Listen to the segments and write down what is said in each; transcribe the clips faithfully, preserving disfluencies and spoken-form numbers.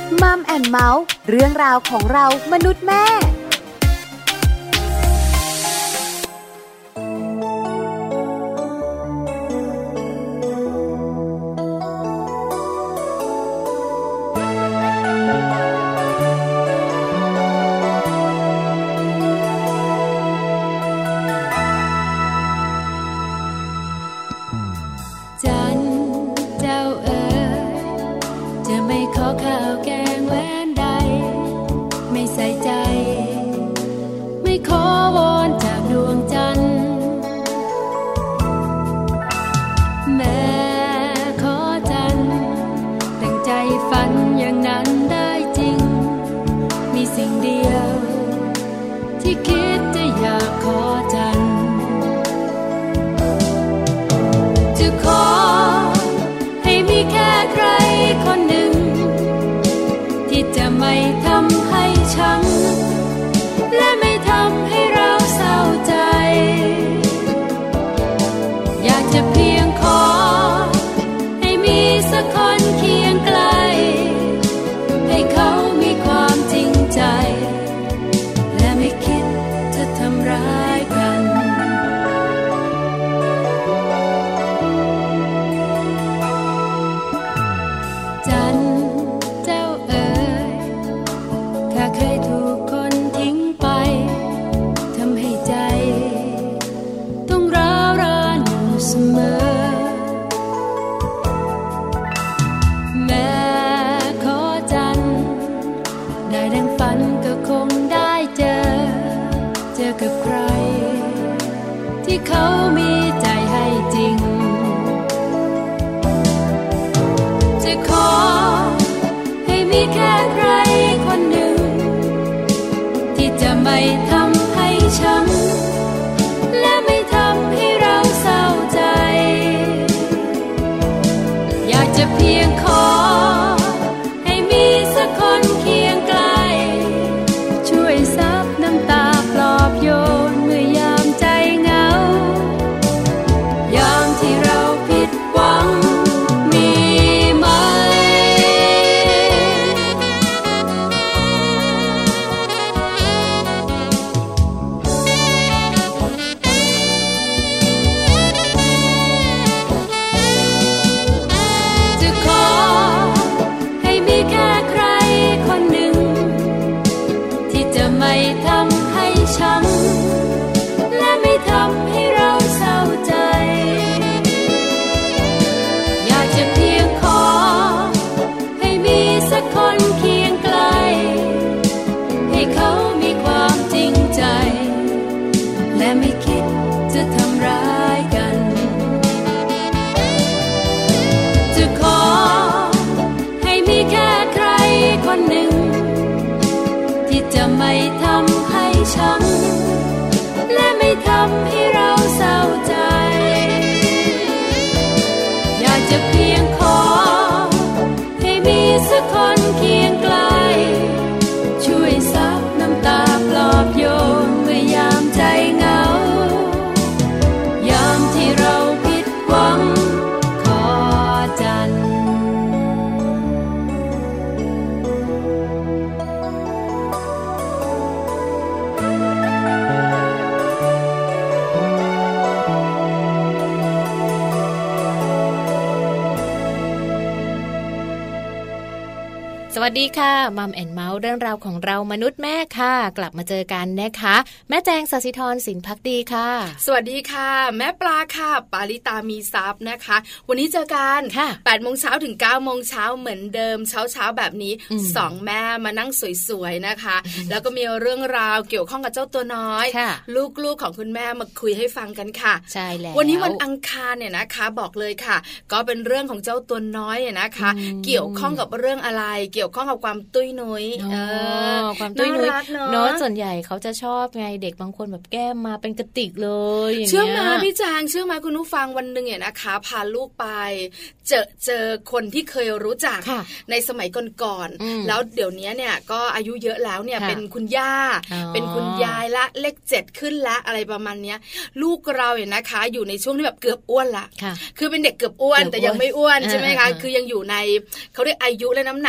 มัมแอนด์เมาส์เรื่องราวของเรามนุษย์แม่สวัสดีค่ะมัมแอนเมาส์เรื่องราวของเรามนุษย์แม่ค่ะกลับมาเจอกันนะคะแม่แจงศศิธรสินภักดีค่ะสวัสดีค่ะแม่ปลาค่ะปาริตามีซับนะคะวันนี้เจอกันแปดโมงเช้าถึงเก้าโมงเช้าเหมือนเดิมเช้าเช้าแบบนี้สองแม่มานั่งสวยๆนะคะแล้วก็มีเรื่องราวเกี่ยวข้องกับเจ้าตัวน้อยลูกๆของคุณแม่มาคุยให้ฟังกันค่ะใช่แล้ววันนี้วันอังคารเนี่ยนะคะบอกเลยค่ะก็เป็นเรื่องของเจ้าตัวน้อยเนี่ยนะคะเกี่ยวข้องกับเรื่องอะไรเกี่ยวข้องกับความตุ้ยนุ้ยความตุ้ยนุ้ยเนาะส่วนใหญ่เขาจะชอบไงเด็กบางคนแบบแก้มมาเป็นกระติกเลยอย่างเงี้ยเชื่อมาพี่จางเชื่อมาคุณผู้ฟังวันนึงเนี่ยนะคะพาลูกไปเจอเจอคนที่เคยรู้จักในสมัยก่อนๆแล้วเดี๋ยวนี้เนี่ยก็อายุเยอะแล้วเนี่ยเป็นคุณย่าเป็นคุณยายละเลขเจ็ดขึ้นละอะไรประมาณเนี้ยลูกเราเนี่ยนะคะอยู่ในช่วงที่แบบเกือบอ้วนละคือเป็นเด็กเกือบอ้วนแต่ยังไม่อ้วนใช่ไหมคะคือยังอยู่ในเขาเรียกอายุและน้ำหนักเนี่ยยัง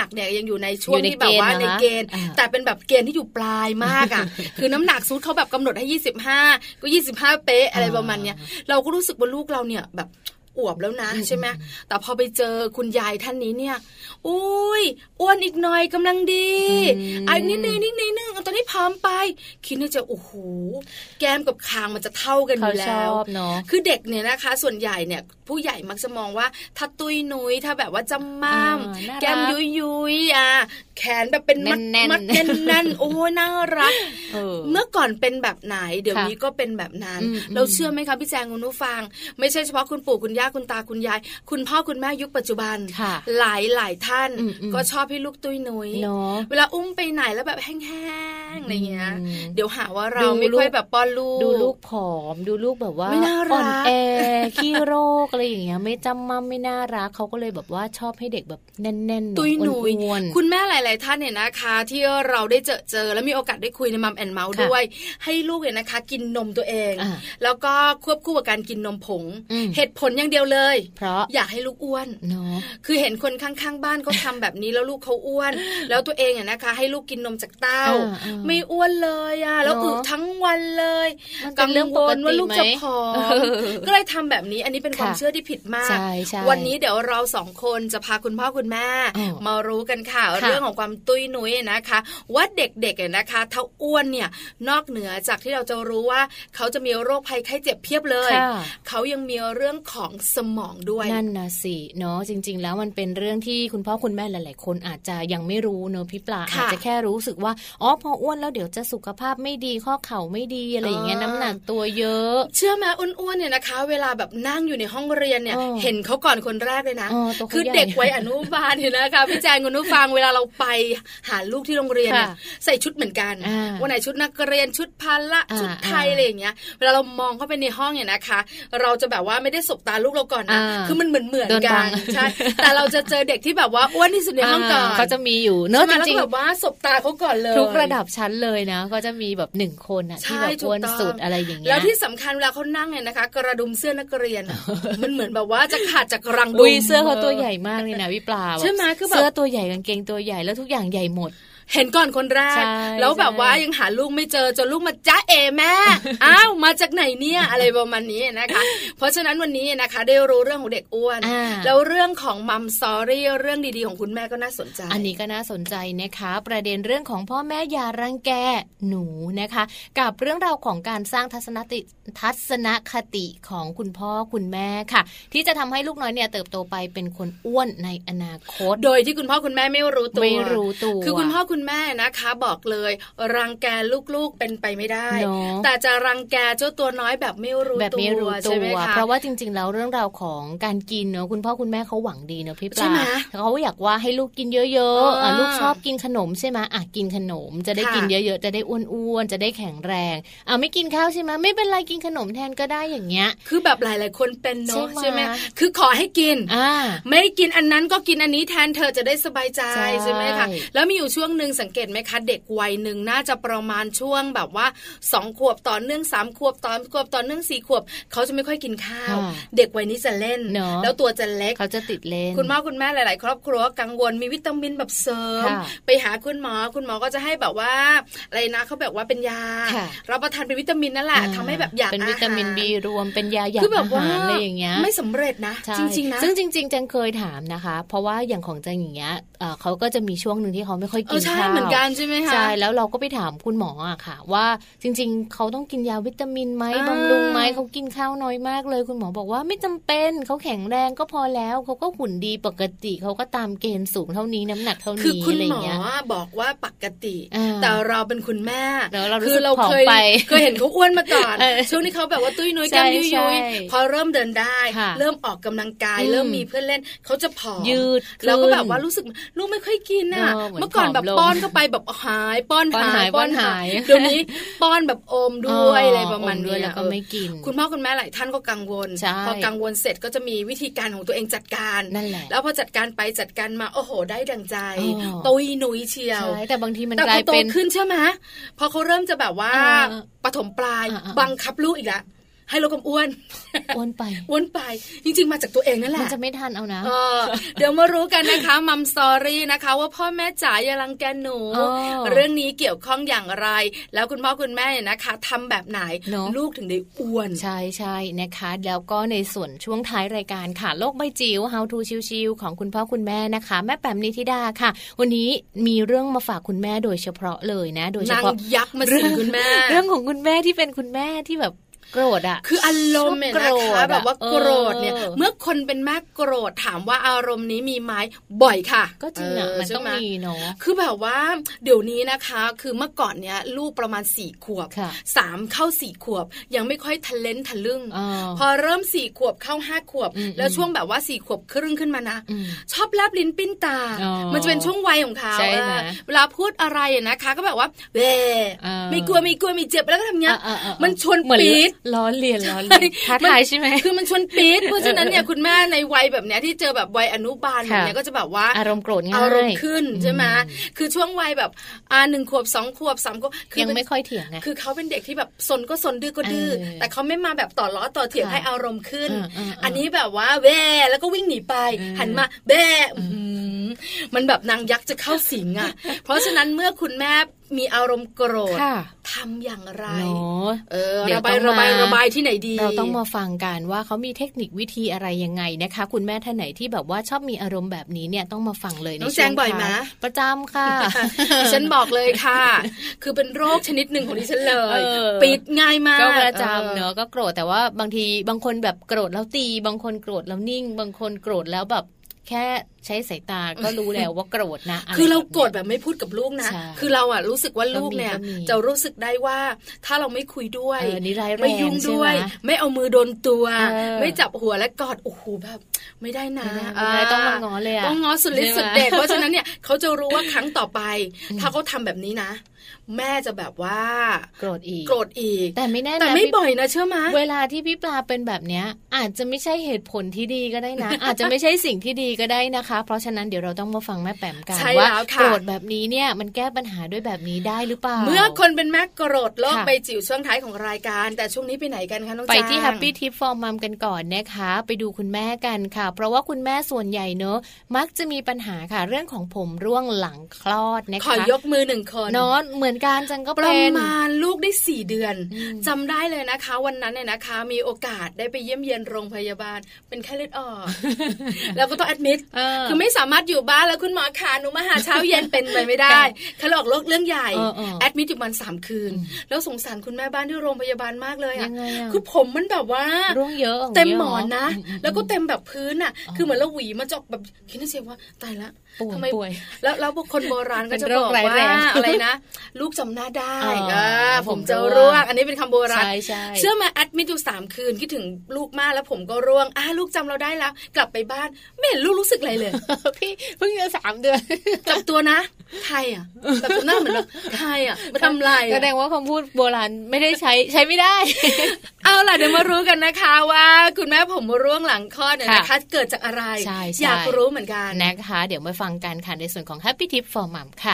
ยังอยู่ในช่วงที่แบบว่าในเกณฑ์แต่เป็นแบบเกณฑ์ที่อยู่ปลายมากอ่ะ คือน้ำหนักซูทเขาแบบกำหนดให้ยี่สิบห้าก็ยี่สิบห้าเป๊ะอะไรประมาณเนี้ยเราก็รู้สึกว่าลูกเราเนี่ยแบบอวบแล้วนะใช่ไหมแต่พอไปเจอคุณยายท่านนี้เนี่ยอุ้ยอ้วนอีกหน่อยกำลังดีไอ้นิดนึงนิดนึงนึงตอนนี้พร้อมไปคิดว่าจะโอ้โหแก้มกับคางมันจะเท่ากันอยู่แล้วคือเด็กเนี่ยนะคะส่วนใหญ่เนี่ยผู้ใหญ่มักจะมองว่าถ้าตุยนุ้ยถ้าแบบว่าจำม่ำแก้มยุยยุยอ่ะแขนแบบเป็นมัดมัดแน่นแน่นโอ้ยน่ารักเมื่อก่อนเป็นแบบไหนเดี๋ยวนี้ก็เป็นแบบนั้นเราเชื่อไหมคะพี่แจงคุณผู้ฟังไม่ใช่เฉพาะคุณปู่คุณย่าคุณตาคุณยายคุณพ่อคุณแม่ยุคปัจจุบันหลายหลายท่านก็ชอบให้ลูกตุ้ยนุ้ยเวลาอุ้มไปไหนแล้วแบบแห้งๆอะไรเงี้ยเดี๋ยวหาว่าเราไม่ค่อยแบบป้อนลูกดูลูกผอมดูลูกแบบว่าอ่อนแอขี้โรคอะไรอย่างเงี้ยไม่จำมั่มไม่น่ารักเขาก็เลยแบบว่าชอบให้เด็กแบบแน่นๆตุ้ยนุ้ยคุณแม่หลายๆท่านเนี่ยนะคะที่เราได้เจอเจอแล้วมีโอกาสได้คุยในมัมแอนด์เมาส์ด้วยให้ลูกเนี่ยนะคะกินนมตัวเองแล้วก็ควบคู่กับการกินนมผงเหตุผลอย่างเดียวเลยเพราะอยากให้ลูกอ้วนคือเห็นคนข้างๆบ้านเขาทำแบบนี้แล้วลูกเขาอ้วนแล้วตัวเองเนี่ยนะคะให้ลูกกินนมจากเต้าไม่อ้วนเลยอ่ะแล้วอึทั้งวันเลยกังวลว่าลูกจะผอมก็เลยทำแบบนี้อันนี้เป็นความเชื่อที่ผิดมากวันนี้เดี๋ยวเราสองคนจะพาคุณพ่อคุณแม่มารู้กันค่ะเรื่องของความตุ้ยนุ้ยนะคะว่าเด็กๆเนี่ยนะคะถ้าอ้วนเนี่ยนอกเหนือจากที่เราจะรู้ว่าเขาจะมีโรคภัยไข้เจ็บเพียบเลยเขายังมีเรื่องของสมองด้วยนั่นนะสิเนาะจริงๆแล้วมันเป็นเรื่องที่คุณพ่อคุณแม่หลายๆคนอาจจะยังไม่รู้เนอะพี่ปลาอาจจะแค่รู้สึกว่าอ๋อพออ้วนแล้วเดี๋ยวจะสุขภาพไม่ดีข้อเข่าไม่ดีอะไรอย่างเงี้ยน้ำหนักตัวเยอะเชื่อไหมอ้วนๆเนี่ยนะคะเวลาแบบนั่งอยู่ในห้องเรียนเนี่ยเห็นเขาก่อนคนแรกเลยนะคือเด็กวัยอนุบาลเนี่ยนะคะพี่แจงคุณผู้ฟังเวลาเราไปหาลูกที่โรงเรียนเนี่ยใส่ชุดเหมือนกันวันไหนชุดนักเรียนชุดพละชุดไทยอะไรอย่างเงี้ยเวลาเรามองเข้าไปในห้องเนี่ยนะคะเราจะแบบว่าไม่ได้สบตาลูกเราก่อนนะคือมันเหมือนเหมือนกันใช่แต่เราจะเจอเด็กที่แบบว่าอ้วนที่สุดในห้องก่อนเขาจะมีอยู่เนอะจริงๆแบบว่าสบตาเขาก่อนเลยทุกระดับชั้นเลยนะก็จะมีแบบหนึ่งคนอ่ะที่แบบอ้วนสุดอะไรอย่างเงี้ยแล้วที่สำคัญเวลาเขานั่งเนี่ยนะคะกระดุมเสื้อนักเรียนมันเหมือนแบบว่าจะขาดจากรังดุมเสื้อเขาตัวใหญ่มากเลยนะพี่ปลาใช่ไหมคือแบบเสื้อตัวใหญ่กางเกงตัวใหญ่แล้วทุกอย่างใหญ่หมดเห็นก่อนคนแรกแล้วแบบว่ายังหาลูกไม่เจอจนลูกมาจ้าเอแม่อ้าวมาจากไหนเนี่ยอะไรประมาณนี้นะคะเพราะฉะนั้นวันนี้นะคะได้รู้เรื่องของเด็กอ้วนแล้วเรื่องของมัมสตอรี่เรื่องดีๆของคุณแม่ก็น่าสนใจอันนี้ก็น่าสนใจนะคะประเด็นเรื่องของพ่อแม่อย่ารังแกหนูนะคะกับเรื่องราวของการสร้างทัศนติทัศนคติของคุณพ่อคุณแม่ค่ะที่จะทำให้ลูกน้อยเนี่ยเติบโตไปเป็นคนอ้วนในอนาคตโดยที่คุณพ่อคุณแม่ไม่รู้ตัวไม่รู้ตัวคือคุณพ่อคุณแม่นะคะบอกเลยรังแกลูกๆเป็นไปไม่ได้แต่จะรังแกเจ้าตัวน้อยแบบไม่รู้ตัวใช่ไหมคะเพราะว่าจริงๆแล้วเรื่องราวของการกินเนอะคุณพ่อคุณแม่เขาหวังดีเนอะพี่ปลาเขาอยากว่าให้ลูกกินเยอะๆลูกชอบกินขนมใช่ไหมอ่ะกินขนมจะได้กินเยอะๆจะได้อ้วนๆจะได้แข็งแรงอ่ะไม่กินข้าวใช่ไหมไม่เป็นไรกินขนมแทนก็ได้อย่างเงี้ยคือแบบหลายๆคนเป็นเนอะใช่ไหมคือขอให้กินไม่กินอันนั้นก็กินอันนี้แทนเธอจะได้สบายใจใช่ไหมคะแล้วมีอยู่ช่วงนึงสังเกตไหมคะเด็กวัยหนึ่งน่าจะประมาณช่วงแบบว่าสองขวบต่อเนื่องสามขวบต่อขวบต่อเนื่องสี่ขวบเขาจะไม่ค่อยกินข้าวเด็กวัยนี้จะเล่นแล้วตัวจะเล็กเขาจะติดเล่นคุณพ่อคุณแม่หลายๆครอบครัวกังวลมีวิตามินแบบเสริมไปหาคุณหมอคุณหมอก็จะให้แบบว่าอะไรนะเขาแบบว่าเป็นยารับประทานเป็นวิตามินนั่นแหละทำให้แบบอยากอาหารเป็นวิตามินบีรวมเป็นยาอยากอาหารอะไรอย่างเงี้ยไม่สำเร็จนะจริงๆนะซึ่งจริงๆจังเคยถามนะคะเพราะว่าอย่างของจังอย่างเงี้ยเขาก็จะมีช่วงนึงที่เขาไม่ค่อยกินข้าวเหมือนกันใช่ไหมคะใช่แล้วเราก็ไปถามคุณหมออะค่ะว่าจริงๆเขาต้องกินยาวิตามินไหมบำรุงไหมเขากินข้าวน้อยมากเลยคุณหมอบอกว่าไม่จำเป็นเขาแข็งแรงก็พอแล้วเขาก็หุ่นดีปกติเขาก็ตามเกณฑ์สูงเท่านี้น้ำหนักเท่านี้อะไรอย่างเงี้ยคือคุณหมอบอกว่าปกติแต่เราเป็นคุณแม่คือเราเคยเคยเห็นเขาอ้วนมาก่อนช่วงนี้เขาแบบว่าตุ้ยนุ้ยแก้มยุยยุยพอเริ่มเดินได้เริ่มออกกำลังกายเริ่มมีเพื่อนเล่นเขาจะผอมยืดแล้วก็แบบว่ารู้สึกลูกไม่ค่อยกินอ่ะเมื่อก่อนแบบป้อนเข้าไปแบบหายป้อนหายป้อนหายเดี๋ยวนี้ป้อนแบบอมด้วยอะไรประมาณนี้แล้วก็ไม่กินคุณพ่อคุณแม่หลายท่านก็กังวลพอกังวลเสร็จก็จะมีวิธีการของตัวเองจัดการนั่นแหละแล้วพอจัดการไปจัดการมาโอ้โหได้ดังใจตุ้ยนุ้ยเชียวแต่บางทีมันกลายเป็นโตขึ้นใช่ไหมพอเขาเริ่มจะแบบว่าปฐมปลายบังคับลูกอีกแล้วให้ลดความอ้วนอ้วนไปอ้วนไปจริงๆมาจากตัวเองนั่นแหละมันจะไม่ทันเอานะเออ เดี๋ยวมารู้กันนะคะมัมสตอรี่นะคะว่าพ่อแม่จ๋าอย่ารังแกหนูเรื่องนี้เกี่ยวข้องอย่างไรแล้วคุณพ่อคุณแม่เนี่ยนะคะทำแบบไหนลูกถึงได้อ้วนใช่ใช่นะคะแล้วก็ในส่วนช่วงท้ายรายการค่ะโลกใบจิ๋ว How to ชิวๆของคุณพ่อคุณแม่นะคะแม่แปมนิธิดาค่ะวันนี้มีเรื่องมาฝากคุณแม่โดยเฉพาะเลยนะโดยเฉพาะนางยักษ์มาสิคุณแม่เรื่องของคุณแม่ที่เป็นคุณแม่ที่แบบโกรธอ่ะคืออารมณ์เนี่ยนะคะแบบว่าโกรธเนี่ยเมื่อคนเป็นแม่โกรธถามว่าอารมณ์นี้มีไหมบ่อยค่ะก็จริงอ่ะมันต้องมีเนาะคือแบบว่าเดี๋ยวนี้นะคะคือเมื่อก่อนเนี้ยลูกประมาณสี่ขวบสามเข้าสี่ขวบยังไม่ค่อยทะเลนทะลึ่งพอเริ่มสี่ขวบเข้าห้าขวบแล้วช่วงแบบว่าสี่ขวบครึ่งขึ้นมานะชอบแลบลิ้นปิ้นตามันจะเป็นช่วงวัยของเขาเวลาพูดอะไรนะคะก็แบบว่าเว่ไม่กลัวไม่กลัวไม่เจ็บแล้วก็ทำเงี้ยมันชวนปี๊ดล้อเลียนล้อเลียนท้าทายใช่ไหมคือมันชวนปี๊ดเพราะฉะนั้นเนี่ยคุณแม่ในวัยแบบเนี้ยที่เจอแบบวัยอนุบาลแบบเนี้ยก็จะแบบว่าอารมณ์โกรธง่ายอารมณ์ขึ้นใช่ไหมคือช่วงวัยแบบอ่าหนึ่งขวบสองขวบสามขวบยังไม่ค่อยเถียงไงคือเขาเป็นเด็กที่แบบซนก็ซนดื้อก็ดื้อแต่เขาไม่มาแบบต่อล้อต่อเถียงให้อารมณ์ขึ้นอันนี้แบบว่าแว่แล้วก็วิ่งหนีไปหันมาแว่มันแบบนางยักษ์จะเข้าสิงอ่ะเพราะฉะนั้นเมื่อคุณแม่มีอารมณ์โกรธทำอย่างไรเออระบายระบายระบายที่ไหนดีเราต้องมาฟังกันว่าเขามีเทคนิควิธีอะไรยังไงนะคะคุณแม่ท่านไหนที่แบบว่าชอบมีอารมณ์แบบนี้เนี่ยต้องมาฟังเลยในช่วงแจ้งบ่อยไหมประจำค่ะฉันบอกเลยค่ะคือเป็นโรคชนิดหนึ่งของดิฉันเลยปิดง่ายมากก็ประจำเนอะก็โกรธแต่ว่าบางทีบางคนแบบโกรธแล้วตีบางคนโกรธแล้วนิ่งบางคนโกรธแล้วแบบแค่ใช้สายตาก็รู้แล้วว่าโกรธนะคือเราโกรธแบบไม่พูดกับลูกนะคือเราอ่ะรู้สึกว่าลูกเนี่ยจะรู้สึกได้ว่าถ้าเราไม่คุยด้วยไม่ยุ่งด้วยไม่เอามือโดนตัวไม่จับหัวและกอดโอ้โหแบบไม่ได้นะต้องมางอเลยต้องงอสุดฤทธิ์สุดเดชเพราะฉะนั้นเนี่ยเขาจะรู้ว่าครั้งต่อไปถ้าเขาทำแบบนี้นะแม่จะแบบว่าโกรธอีกโกรธอีกแต่ไม่แน่นะแต่ไม่บ่อยนะเชื่อไหมเวลาที่พี่ปลาเป็นแบบเนี้ยอาจจะไม่ใช่เหตุผลที่ดีก็ได้นะ อาจจะไม่ใช่สิ่งที่ดีก็ได้นะคะเพราะฉะนั้นเดี๋ยวเราต้องมาฟังแม่แปมกันว่าโกรธแบบนี้เนี่ยมันแก้ปัญหาด้วยแบบนี้ได้หรือเปล่าเมื่อคนเป็นแม่โกรธโลกใบจิ๋วช่วงท้ายของรายการแต่ช่วงนี้ไปไหนกันคะน้องจางไปที่ Happy Tip for Mom กันก่อนนะคะไปดูคุณแม่กันค่ะเพราะว่าคุณแม่ส่วนใหญ่เนอะมักจะมีปัญหาค่ะเรื่องของผมร่วงหลังคลอดนะคะขอยกมือหนึ่งคนเนาะเหมือนกันจังก็ประมาณลูกได้สี่เดือนจำได้เลยนะคะวันนั้นเนี่ยนะคะมีโอกาสได้ไปเยี่ยมเยียนโรงพยาบาลเป็นไข้เลือดออกแล้วก็ต้องแอดมิดคือไม่สามารถอยู่บ้านแล้วคุณหมอขาหนูมาหาเช้าเย็นเป็นไปไม่ได้ไข้เลือดออกเรื่องใหญ่แอดมิดอยู่มันสามคืนแล้วสงสารคุณแม่บ้านที่โรงพยาบาลมากเลยอ่ะคือผมมันแบบว่าร่วงเยอะเต็มหมอนนะแล้วก็เต็มแบบพื้นอ่ะคือเหมือนเราหวีมาจอกแบบคิดในเสียงว่าตายละทำไมแล้วแล้วพวกคนโบราณก็จะบอกว่าอะไรนะลูกจำหน้าได้ผมจะร่วงอันนี้เป็นคำโบราณเชื่อมาแอดมิดอยู่สามคืนคิดถึงลูกมากแล้วผมก็ร่วงอ่าลูกจำเราได้แล้วกลับไปบ้านไม่เห็นลูกรู้สึกอะไรเลยพี่เพิ่งจะสามเดือนจับตัวนะใครอ่ะแบบหน้าเหมือนแบบใครอ่ะมาทำไรแสดงว่าคำพูดโบราณไม่ได้ใช้ใช้ไม่ได้เอาล่ะเดี๋ยวมารู้กันนะคะว่าคุณแม่ผมร่วงหลังคลอดเนี่ยนะคะเกิดจากอะไรอยากรู้เหมือนกันนะคะเดี๋ยวมาฟังกันค่ะในส่วนของ Happy Tip for Mom ค่ะ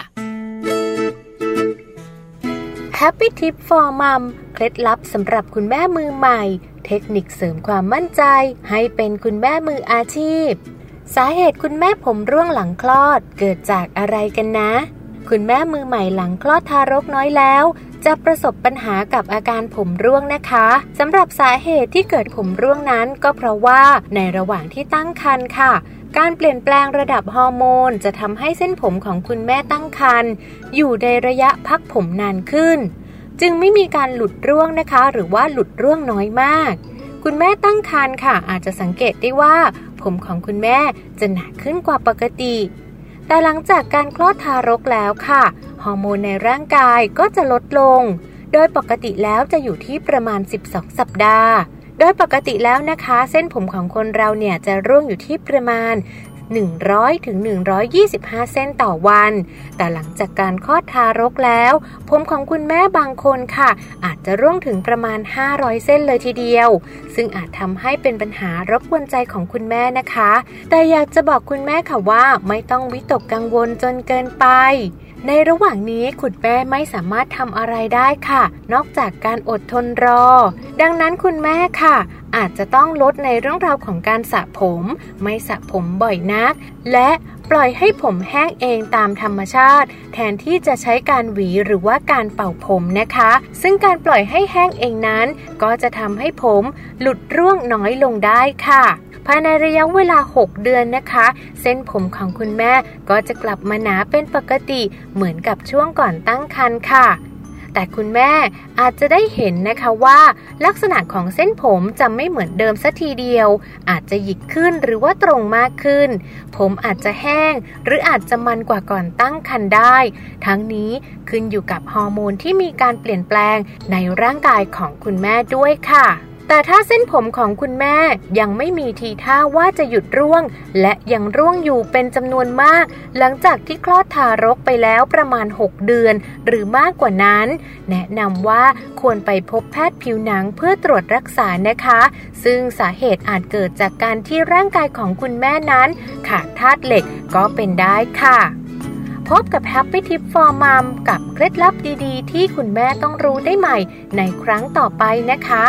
Happy Tip for Mom เคล็ดลับสำหรับคุณแม่มือใหม่เทคนิคเสริมความมั่นใจให้เป็นคุณแม่มืออาชีพสาเหตุคุณแม่ผมร่วงหลังคลอดเกิดจากอะไรกันนะคุณแม่มือใหม่หลังคลอดทารกน้อยแล้วจะประสบปัญหากับอาการผมร่วงนะคะสำหรับสาเหตุที่เกิดผมร่วงนั้นก็เพราะว่าในระหว่างที่ตั้งครรภ์ค่ะการเปลี่ยนแปลงระดับฮอร์โมนจะทำให้เส้นผมของคุณแม่ตั้งครรภ์อยู่ในระยะพักผมนานขึ้นจึงไม่มีการหลุดร่วงนะคะหรือว่าหลุดร่วงน้อยมากคุณแม่ตั้งครรภ์ค่ะอาจจะสังเกตได้ว่าผมของคุณแม่จะหนาขึ้นกว่าปกติแต่หลังจากการคลอดทารกแล้วค่ะฮอร์โมนในร่างกายก็จะลดลงโดยปกติแล้วจะอยู่ที่ประมาณสิบสองสัปดาห์โดยปกติแล้วนะคะเส้นผมของคนเราเนี่ยจะร่วงอยู่ที่ประมาณหนึ่งร้อยถึงหนึ่งร้อยยี่สิบห้าเส้นต่อวันแต่หลังจากการคลอดทารกแล้วผมของคุณแม่บางคนค่ะอาจจะร่วงถึงประมาณห้าร้อยเส้นเลยทีเดียวซึ่งอาจทำให้เป็นปัญหารบกวนใจของคุณแม่นะคะแต่อยากจะบอกคุณแม่ค่ะว่าไม่ต้องวิตกกังวลจนเกินไปในระหว่างนี้คุณแม่ไม่สามารถทำอะไรได้ค่ะนอกจากการอดทนรอดังนั้นคุณแม่ค่ะอาจจะต้องลดในเรื่องราวของการสระผมไม่สระผมบ่อยนักและปล่อยให้ผมแห้งเองตามธรรมชาติแทนที่จะใช้การหวีหรือว่าการเป่าผมนะคะซึ่งการปล่อยให้แห้งเองนั้นก็จะทำให้ผมหลุดร่วงน้อยลงได้ค่ะภายในระยะเวลาหกเดือนนะคะเส้นผมของคุณแม่ก็จะกลับมาหนาเป็นปกติเหมือนกับช่วงก่อนตั้งครรภ์ค่ะแต่คุณแม่อาจจะได้เห็นนะคะว่าลักษณะของเส้นผมจะไม่เหมือนเดิมสักทีเดียวอาจจะหยิกขึ้นหรือว่าตรงมากขึ้นผมอาจจะแห้งหรืออาจจะมันกว่าก่อนตั้งครรภ์ได้ทั้งนี้ขึ้นอยู่กับฮอร์โมนที่มีการเปลี่ยนแปลงในร่างกายของคุณแม่ด้วยค่ะแต่ถ้าเส้นผมของคุณแม่ยังไม่มีทีท่าว่าจะหยุดร่วงและยังร่วงอยู่เป็นจำนวนมากหลังจากที่คลอดทารกไปแล้วประมาณหกเดือนหรือมากกว่านั้นแนะนำว่าควรไปพบแพทย์ผิวหนังเพื่อตรวจรักษานะคะซึ่งสาเหตุอาจเกิดจากการที่ร่างกายของคุณแม่นั้นขาดธาตุเหล็กก็เป็นได้ค่ะพบกับ Happy Tip for Mom กับเคล็ดลับดีๆที่คุณแม่ต้องรู้ได้ใหม่ในครั้งต่อไปนะคะ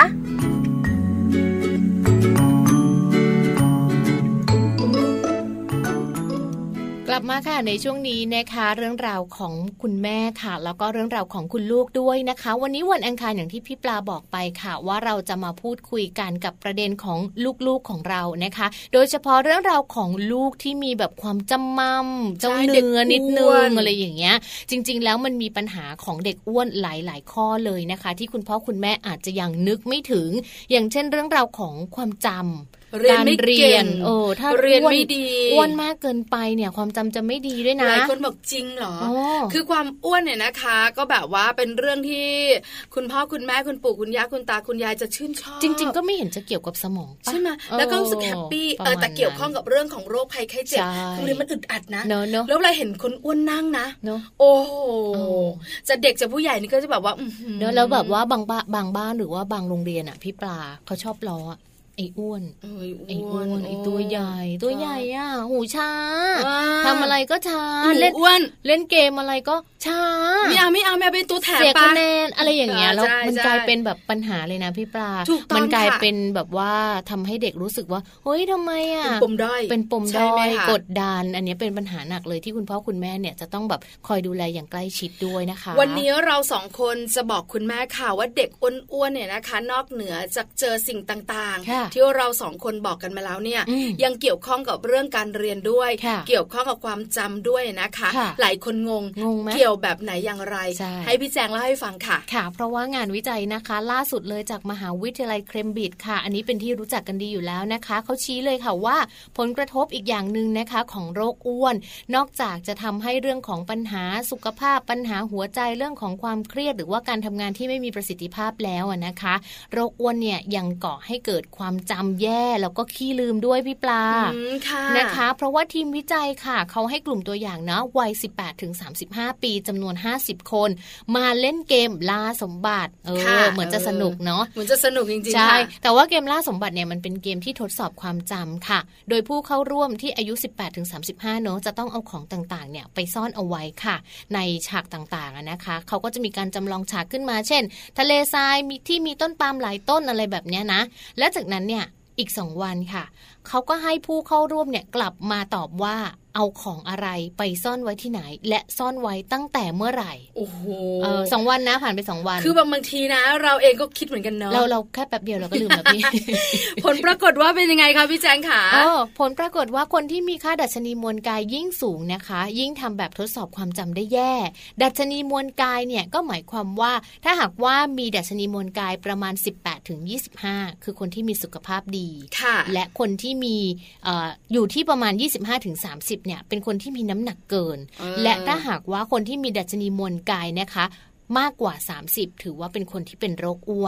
กลับมาค่ะในช่วงนี้นะคะเรื่องราวของคุณแม่ค่ะแล้วก็เรื่องราวของคุณลูกด้วยนะคะวันนี้วันอังคารอย่างที่พี่ปลาบอกไปค่ะว่าเราจะมาพูดคุยกันกับประเด็นของลูกๆของเรานะคะโดยเฉพาะเรื่องราวของลูกที่มีแบบความจำมั่มเจ้าเนื้อนิดนึงอะไรอย่างเงี้ยจริงๆแล้วมันมีปัญหาของเด็กอ้วนหลายๆข้อเลยนะคะที่คุณพ่อคุณแม่อาจจะยังนึกไม่ถึงอย่างเช่นเรื่องราวของความจำการเรียนเออถ้าเรียนไม่ดีอ้วนมากเกินไปเนี่ยความจำจะไม่ดีด้วยนะหลายคนบอกจริงเหรอคือความอ้วนเนี่ยนะคะก็แบบว่าเป็นเรื่องที่คุณพ่อคุณแม่คุณปู่คุณย่าคุณตาคุณยายจะชื่นชอบจริงๆก็ไม่เห็นจะเกี่ยวกับสมองใช่ไหมแล้วก็รู้สึกแฮปปี้เออแต่เกี่ยวข้องกับเรื่องของโรคภัยไข้เจ็บคือมันอึดอัดนะแล้วเราเห็นคนอ้วนนั่งนะโอ้โหจะเด็กจะผู้ใหญ่นี่ก็จะแบบว่าเนอะแล้วแบบว่าบางบ้านบางบ้านหรือว่าบางโรงเรียนอ่ะพี่ปลาเขาชอบล้อไอ้อ้วนไอ้อ้วนไอ้ตัวใหญ่ตัวใหญ่อ่ะหูช้าทำอะไรก็ช้าเล่นอ้วนเล่นเกมอะไรก็ช้าไม่เอาไม่เอาไม่เอาเป็นตัวแถมเสียคะแนนอะไรอย่างเงี้ยแล้วมันกลายเป็นแบบปัญหาเลยนะพี่ปลามันกลายเป็นแบบว่าทำให้เด็กรู้สึกว่าเฮ้ยทำไมอ่ะเป็นปมด้อยเป็นปมด้อยกดดันอันนี้เป็นปัญหาหนักเลยที่คุณพ่อคุณแม่เนี่ยจะต้องแบบคอยดูแลอย่างใกล้ชิดด้วยนะคะวันนี้เราสองคนจะบอกคุณแม่ค่ะว่าเด็กอ้วนๆเนี่ยนะคะนอกเหนือจากเจอสิ่งต่างๆที่เราสองคนบอกกันมาแล้วเนี่ยยังเกี่ยวข้องกับเรื่องการเรียนด้วยเกี่ยวข้องกับความจำด้วยนะคะหลายคนงงเกี่ยวแบบไหนอย่างไรให้พี่แจงเล่าให้ฟังค่ะค่ะเพราะว่างานวิจัยนะคะล่าสุดเลยจากมหาวิทยาลัยเคมบริดจ์ค่ะอันนี้เป็นที่รู้จักกันดีอยู่แล้วนะคะเขาชี้เลยค่ะว่าผลกระทบอีกอย่างนึงนะคะของโรคอ้วนนอกจากจะทำให้เรื่องของปัญหาสุขภาพปัญหาหัวใจเรื่องของความเครียดหรือว่าการทำงานที่ไม่มีประสิทธิภาพแล้วนะคะโรคอ้วนเนี่ยยังก่อให้เกิดความจำแย่แล้วก็ขี้ลืมด้วยพี่ปลานะคะเพราะว่าทีมวิจัยค่ะเขาให้กลุ่มตัวอย่างนะวัย สิบแปดถึงสามสิบห้า ปีจำนวนห้าสิบคนมาเล่นเกมล่าสมบัติเออเหมือนจะสนุกเนาะเหมือนจะสนุกจริงๆใช่แต่ว่าเกมล่าสมบัติเนี่ยมันเป็นเกมที่ทดสอบความจำค่ะโดยผู้เข้าร่วมที่อายุ สิบแปดถึงสามสิบห้า เนาะจะต้องเอาของต่างๆเนี่ยไปซ่อนเอาไว้ค่ะในฉากต่างๆนะคะเขาก็จะมีการจำลองฉากขึ้นมาเช่นทะเลทรายมีที่มีต้นปาล์มหลายต้นอะไรแบบเนี้ยนะและจากนั้นเนี่ยอีกสองวันค่ะเขาก็ให้ผู้เข้าร่วมเนี่ยกลับมาตอบว่าเอาของอะไรไปซ่อนไว้ที่ไหนและซ่อนไว้ตั้งแต่เมื่อไหร่โอ้โหเออสองวันนะผ่านไปสองวันคือบางบางทีนะเราเองก็คิดเหมือนกันเนาะเราเราแค่แป๊บเดียวเราก็ลืมแล้วพี่ผลปรากฏว่าเป็นยังไงคะพี่แจงขาอ๋อผลปรากฏว่าคนที่มีค่าดัชนีมวลกายยิ่งสูงนะคะยิ่งทำแบบทดสอบความจำได้แย่ดัชนีมวลกายเนี่ยก็หมายความว่าถ้าหากว่ามีดัชนีมวลกายประมาณสิบแปดถึงยี่สิบห้าคือคนที่มีสุขภาพดีและคนที่มีเอ่ออยู่ที่ประมาณยี่สิบห้าถึงสามสิบเนี่ยเป็นคนที่มีน้ำหนักเกินและถ้าหากว่าคนที่มีดัชนีมวลกายนะคะมากกว่าสามสิบถือว่าเป็นคนที่เป็นโรคอ้วน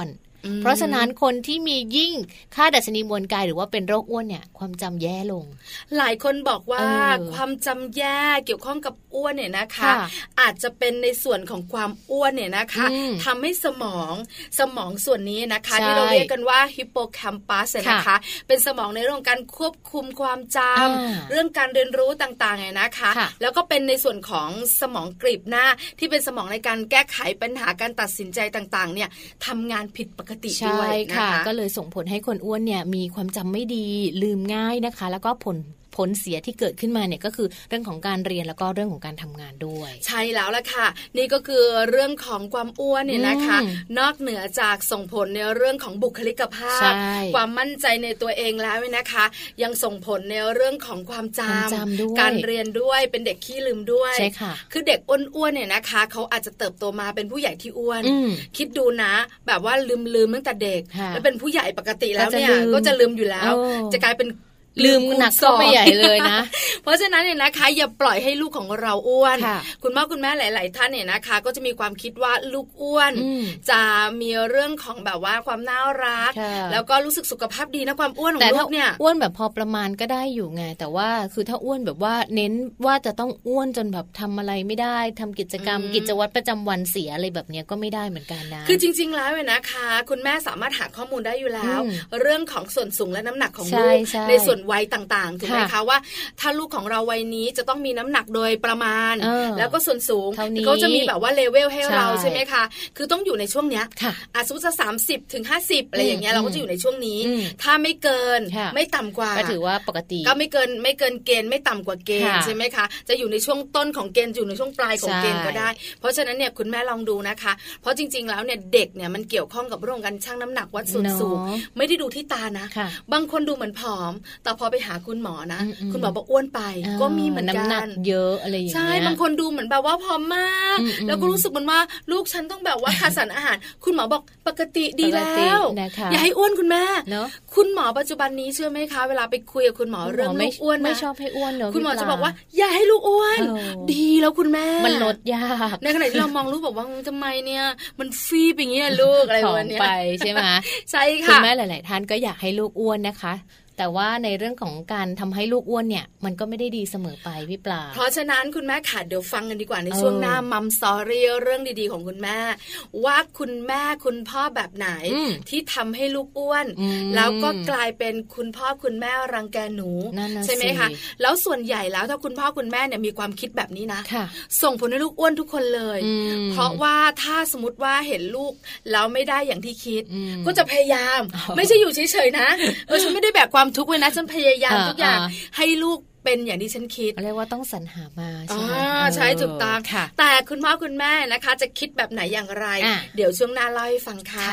เพราะฉะนั้นคนที่มียิ่งค่าดัชนีมวลกายหรือว่าเป็นโรคอ้วนเนี่ยความจำแย่ลงหลายคนบอกว่าความจำแย่เกี่ยวข้องกับอ้วนเนี่ยนะคะอาจจะเป็นในส่วนของความอ้วนเนี่ยนะคะทำให้สมองสมองส่วนนี้นะคะที่เราเรียกกันว่าฮิปโปแคมปัสนะคะเป็นสมองในเรื่องการควบคุมความจำเรื่องการเรียนรู้ต่างๆเนี่ยนะคะแล้วก็เป็นในส่วนของสมองกรีบหน้าที่เป็นสมองในการแก้ไขปัญหาการตัดสินใจต่างๆเนี่ยทำงานผิดปกติด้วยนะคะก็เลยส่งผลให้คนอ้วนเนี่ยมีความจำไม่ดีลืมง่ายนะคะแล้วก็ผลผลเสียที่เกิดขึ้นมาเนี่ยก็คือเรื่องของการเรียนแล้วก็เรื่องของการทำงานด้วยใช่แล้วล่ะค่ะนี่ก็คือเรื่องของความอ้วนเนี่ยนะคะนอกเหนือจากส่งผลในเรื่องของบุคลิกภาพความมั่นใจในตัวเองแล้วนะคะยังส่งผลในเรื่องของความจำการเรียนด้วยเป็นเด็กขี้ลืมด้วยใช่ค่ะคือเด็กอ้วนๆเนี่ยนะคะเขาอาจจะเติบโตมาเป็นผู้ใหญ่ที่อ้วนคิดดูนะแบบว่าลืมลืมตั้งแต่เด็กแล้วเป็นผู้ใหญ่ปกติแล้วเนี่ยก็จะลืมอยู่แล้วจะกลายเป็นลืมหนักก็ไปใหญ่เลยนะเพราะฉะนั้นเนี่ยนะคะอย่าปล่อยให้ลูกของเราอ้วนคุณพ่อคุณแม่หลายๆท่านเนี่ยนะคะก็จะมีความคิดว่าลูกอ้วนจะมีเรื่องของแบบว่าความน่ารักแล้วก็รู้สึกสุขภาพดีนะความอ้วนของลูกเนี่ยอ้วนแบบพอประมาณก็ได้อยู่ไงแต่ว่าคือถ้าอ้วนแบบว่าเน้นว่าจะต้องอ้วนจนแบบทำอะไรไม่ได้ทำกิจกรรมกิจวัตรประจำวันเสียอะไรแบบนี้ก็ไม่ได้เหมือนกันนะคือจริงๆแล้วเนี่ยนะคะคุณแม่สามารถหาข้อมูลได้อยู่แล้วเรื่องของส่วนสูงและน้ำหนักของลูกในส่วนวัยต่างๆถูกไหมคะว่าถ้าลูกของเราวัยนี้จะต้องมีน้ำหนักโดยประมาณแล้วก็ส่วนสูงเขาจะมีแบบว่าเลเวลให้เราใช่ไหมคะคือต้องอยู่ในช่วงเนี้ยอายุจะสามสิบถึงห้าสิบอะไรอย่างเงี้ยเราก็จะอยู่ในช่วงนี้ถ้าไม่เกินไม่ต่ำกว่าก็ถือว่าปกติก็ไม่เกินไม่เกินเกณฑ์ไม่ต่ำกว่าเกณฑ์ใช่ไหมคะจะอยู่ในช่วงต้นของเกณฑ์อยู่ในช่วงปลายของเกณฑ์ก็ได้เพราะฉะนั้นเนี่ยคุณแม่ลองดูนะคะเพราะจริงๆแล้วเนี่ยเด็กเนี่ยมันเกี่ยวข้องกับเรื่องการชั่งน้ำหนักวัดส่วนสูงไม่ได้ดูที่ตานะบางคนดูเหมือนผอมแต่พอไปหาคุณหมอนะคุณหมอบอกอ้วนไปก็มีเหมือนกันน้ำหนักเยอะอะไรอย่างเงี้ยใช่บางคนดูเหมือนแบบว่าผอมมากแล้วก็รู้สึกเหมือนว่าลูกฉันต้องแบบว่าขาดสารอาหารคุณหมอบอกปกติดีแล้วอย่าให้อ้วนคุณแม่คุณหมอปัจจุบันนี้เชื่อไหมคะเวลาไปคุยกับคุณหมอเรื่องลูกอ้วนไม่ชอบให้อ้วนเนอะคุณหมอจะบอกว่าอย่าให้ลูกอ้วนดีแล้วคุณแม่มันลดยากในขณะที่เรามองลูกบอกว่าทำไมเนี่ยมันฟีบอย่างเงี้ยลูกอะไรแบบนี้ไปใช่ไหมใช่ค่ะคุณแม่หลายๆท่านก็อยากให้ลูกอ้วนนะคะแต่ว่าในเรื่องของการทำให้ลูกอ้วนเนี่ยมันก็ไม่ได้ดีเสมอไปพี่ปลาเพราะฉะนั้นคุณแม่ขาดเดี๋ยวฟังกันดีกว่าในช่วงหน้ามัมสตอรี่เรื่องดีๆของคุณแม่ว่าคุณแม่คุณพ่อแบบไหนที่ทำให้ลูกอ้วนแล้วก็กลายเป็นคุณพ่อคุณแม่รังแกหนูใช่ไหมคะแล้วส่วนใหญ่แล้วถ้าคุณพ่อคุณแม่เนี่ยมีความคิดแบบนี้นะส่งผลให้ลูกอ้วนทุกคนเลยเพราะว่าถ้าสมมติว่าเห็นลูกแล้วไม่ได้อย่างที่คิดก็จะพยายามไม่ใช่อยู่เฉยๆนะเออฉันไม่ได้แบบความทุกข์ไว้นะฉันพยายามทุกอย่างให้ลูกเป็นอย่างที่ฉันคิดเรียกว่าต้องสรรหามาใช่ไหมใช่ถูกต้องแต่คุณพ่อคุณแม่นะคะจะคิดแบบไหนอย่างไรเดี๋ยวช่วงหน้าเล่าให้ฟังค่ะ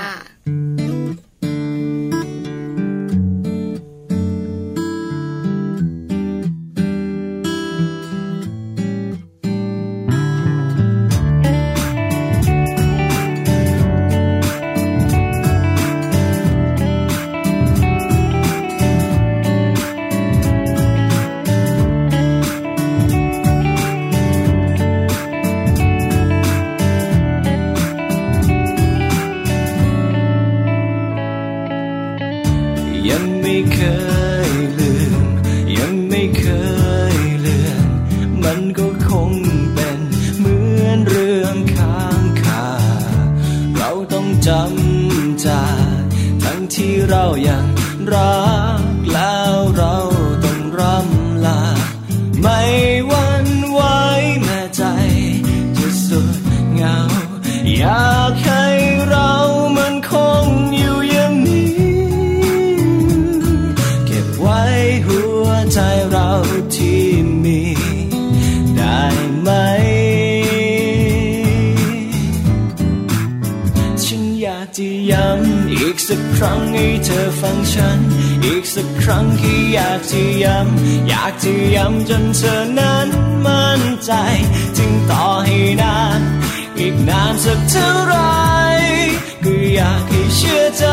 สักครั้งให้เธอฟังฉันอีกสักครั้งที่อยากจะย้ำอยากจะย้ำจนเธอนั้นมั่นใจจึงต่อให้นานอีกนานสักเท่าไรก็อยากให้เชื่อใจ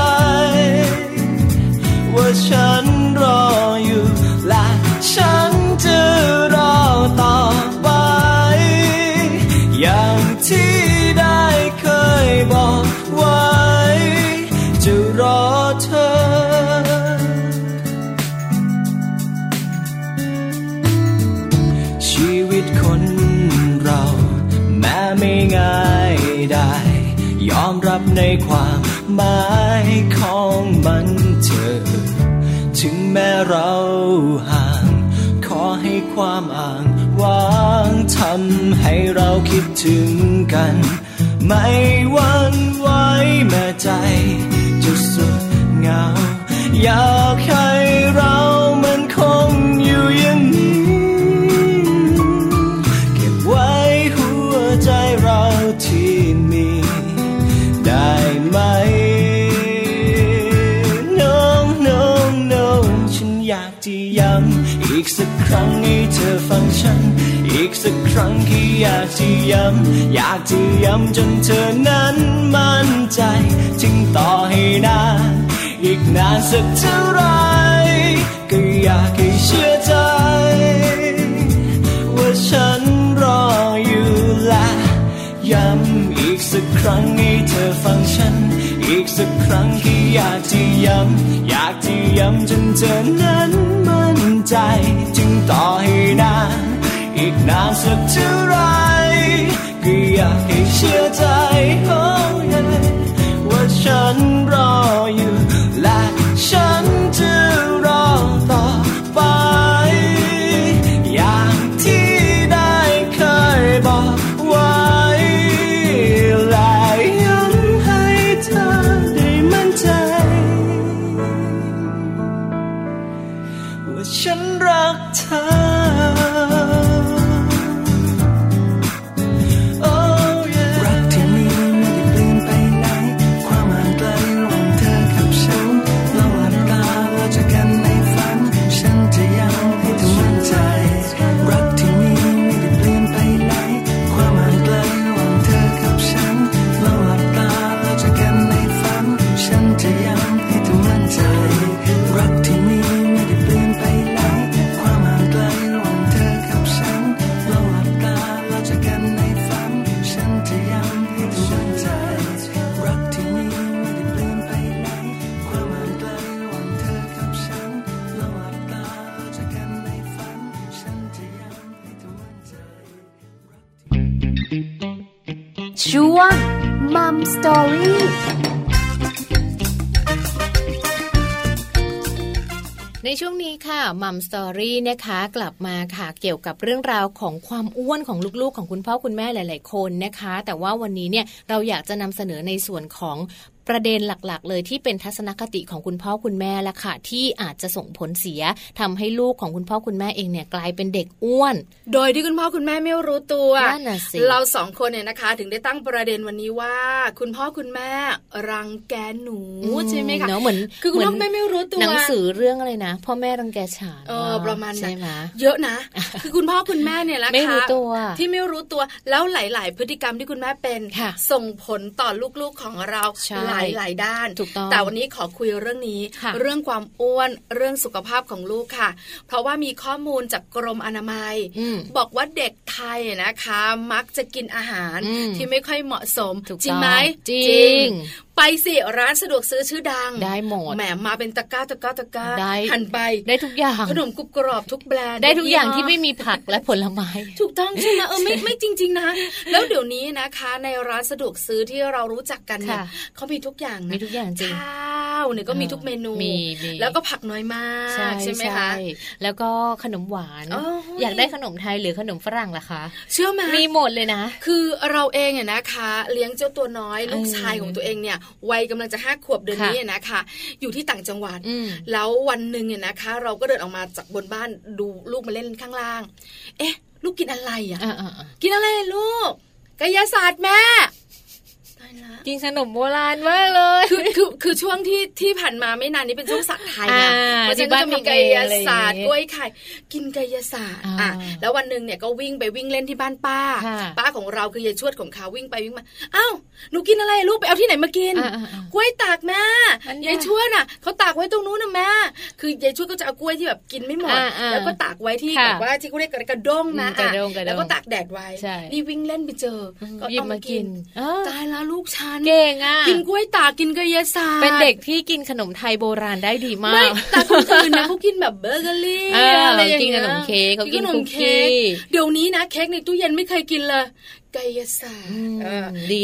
ว่าฉันรออยู่และฉันจะรอต่อไปอย่างที่ได้เคยบอกไว้จะในความหมายของมันเธอถึงแม้เราห่างขอให้ความอ่างว้างทำให้เราคิดถึงกันไม่หวั่นไหวแม้ใจจะสุดเหงาอยากให้เรามันคงอยู่อย่างนี้เก็บไว้หัวใจเราที่มีได้ไหม No No No ฉันอยากจะย้ำอีกสักครั้งให้เธอฟังฉันอีกสักครั้งที่อยากจะย้ำอยากจะย้ำจนเธอนั้นมั่นใจจึงต่อให้นานอีกนานสักเท่าไรก็อยากให้เชื่อใจว่าฉันรออยู่และย้ำอีกสักครั้งให้เธอฟังฉันอีกสักครั้งที่อยากจะย้ำอยากจะย้ำจนเธอนั้นมั่นใจจึงต่อให้นานอีกนานสักเท่าไรก็อยากให้เชื่อใจ oh, yeah, ว่าฉันรออยู่และฉันจะรอต่อไปอย่างที่ได้เคยบอกไว้และย้ำให้เธอได้มั่นใจว่าฉันรักเธอช่วง Mum Story ในช่วงนี้ค่ะมัมสตอรี่นะคะกลับมาค่ะเกี่ยวกับเรื่องราวของความอ้วนของลูกๆของคุณพ่อคุณแม่หลายๆคนนะคะแต่ว่าวันนี้เนี่ยเราอยากจะนำเสนอในส่วนของประเด็นหลักๆเลยที่เป็นทัศนคติของคุณพ่อคุณแม่ละค่ะที่อาจจะส่งผลเสียทำให้ลูกของคุณพ่อคุณแม่เองเนี่ยกลายเป็นเด็กอ้วนโดยที่คุณพ่อคุณแม่ไม่รู้ตัวนั่นน่ะสิเราสองคนเนี่ยนะคะถึงได้ตั้งประเด็นวันนี้ว่าคุณพ่อคุณแม่รังแกหนูใช่ไหมคะเนาะเหมือนคือคุณพ่อแม่ไม่รู้ตัวหนังสือเรื่องอะไรนะพ่อแม่รังแกฉันเออประมาณนั้นใช่ไหมเยอะนะคือคุณพ่อคุณแม่เนี่ยแหละค่ะไม่รู้ตัวที่ไม่รู้ตัวแล้วหลายๆพฤติกรรมที่คุณแม่เป็นส่งผลต่อลูกๆของเราหลายๆด้านแต่วันนี้ขอคุยเรื่องนี้เรื่องความอ้วนเรื่องสุขภาพของลูกค่ะเพราะว่ามีข้อมูลจากกรมอนามัยบอกว่าเด็กไทยนะคะมักจะกินอาหารที่ไม่ค่อยเหมาะสมจริงไหมจริงไปสิร้านสะดวกซื้อชื่อดังได้หมดแหมมาเป็นตะกร้าตะกร้าตะกร้าหั่นไปได้ทุกอย่างขนมกรุบกรอบทุกแบรนด์ได้ทุกอย่างที่ไม่มีผักและผลไม้ถูกต้องใช่ไหมเออไม่ไม่จริงๆนะแล้วเดี๋ยวนี้นะคะในร้านสะดวกซื้อที่เรารู้จักกันเนี่ยเขามีทุกอย่างมีทุกอย่างจริงข้าวเนี่ยก็มีทุกเมนูแล้วก็ผักน้อยมากใช่ไหมคะแล้วก็ขนมหวานอยากได้ขนมไทยหรือขนมฝรั่งล่ะคะเชื่อไหมมีหมดเลยนะคือเราเองเนี่ยนะคะเลี้ยงเจ้าตัวน้อยลูกชายของตัวเองเนี่ยวัยกำลังจะห้าขวบเดือนนี้นะคะอยู่ที่ต่างจังหวัดแล้ววันหนึ่งเนี่ยนะคะเราก็เดินออกมาจากบนบ้านดูลูกมาเล่นข้างล่างเอ๊ะลูกกินอะไรอ่ะกินอะไรลูกกายศาสตร์แม่กินขนมโบราณมากเลยคือคือคือช่วงที่ที่ผ่านมาไม่นานนี้เป็นช่วงศาสตร์ไทยนะเพราะฉะนั้นก็มีกายศาสตร์กล้วยไข่กินกายศาสตร์อ่ะแล้ววันนึงเนี่ยก็วิ่งไปวิ่งเล่นที่บ้านป้าป้าของเราคือยายชวดของเขาวิ่งไปวิ่งมาอ้าวหนูกินอะไรลูกไปเอาที่ไหนมากินกล้วยตากแม่ยายชวดน่ะเขาตากไว้ตรงนู้นน่ะแม่คือยายชวดก็จะเอากล้วยที่แบบกินไม่หมดแล้วก็ตากไว้ที่แบบว่าที่เขาเรียกกระด้งนะแล้วก็ตากแดดไว้นี่วิ่งเล่นไปเจอก็เอามากินตายแล้วลูกฉันเก่งอ่ะกินกล้วยตากกินกายศาสตร์เป็นเด็กที่กินขนมไทยโบราณได้ดีมากแต่คนอื่นนะเขากินแบบเบเกอรี่อะไรอย่างเงี้ยกินขนมเค้กเขากินคุกกี้เดี๋ยวนี้นะเค้กในตู้เย็นไม่เคยกินเลยกายศาสตร์ดีดีกล้วย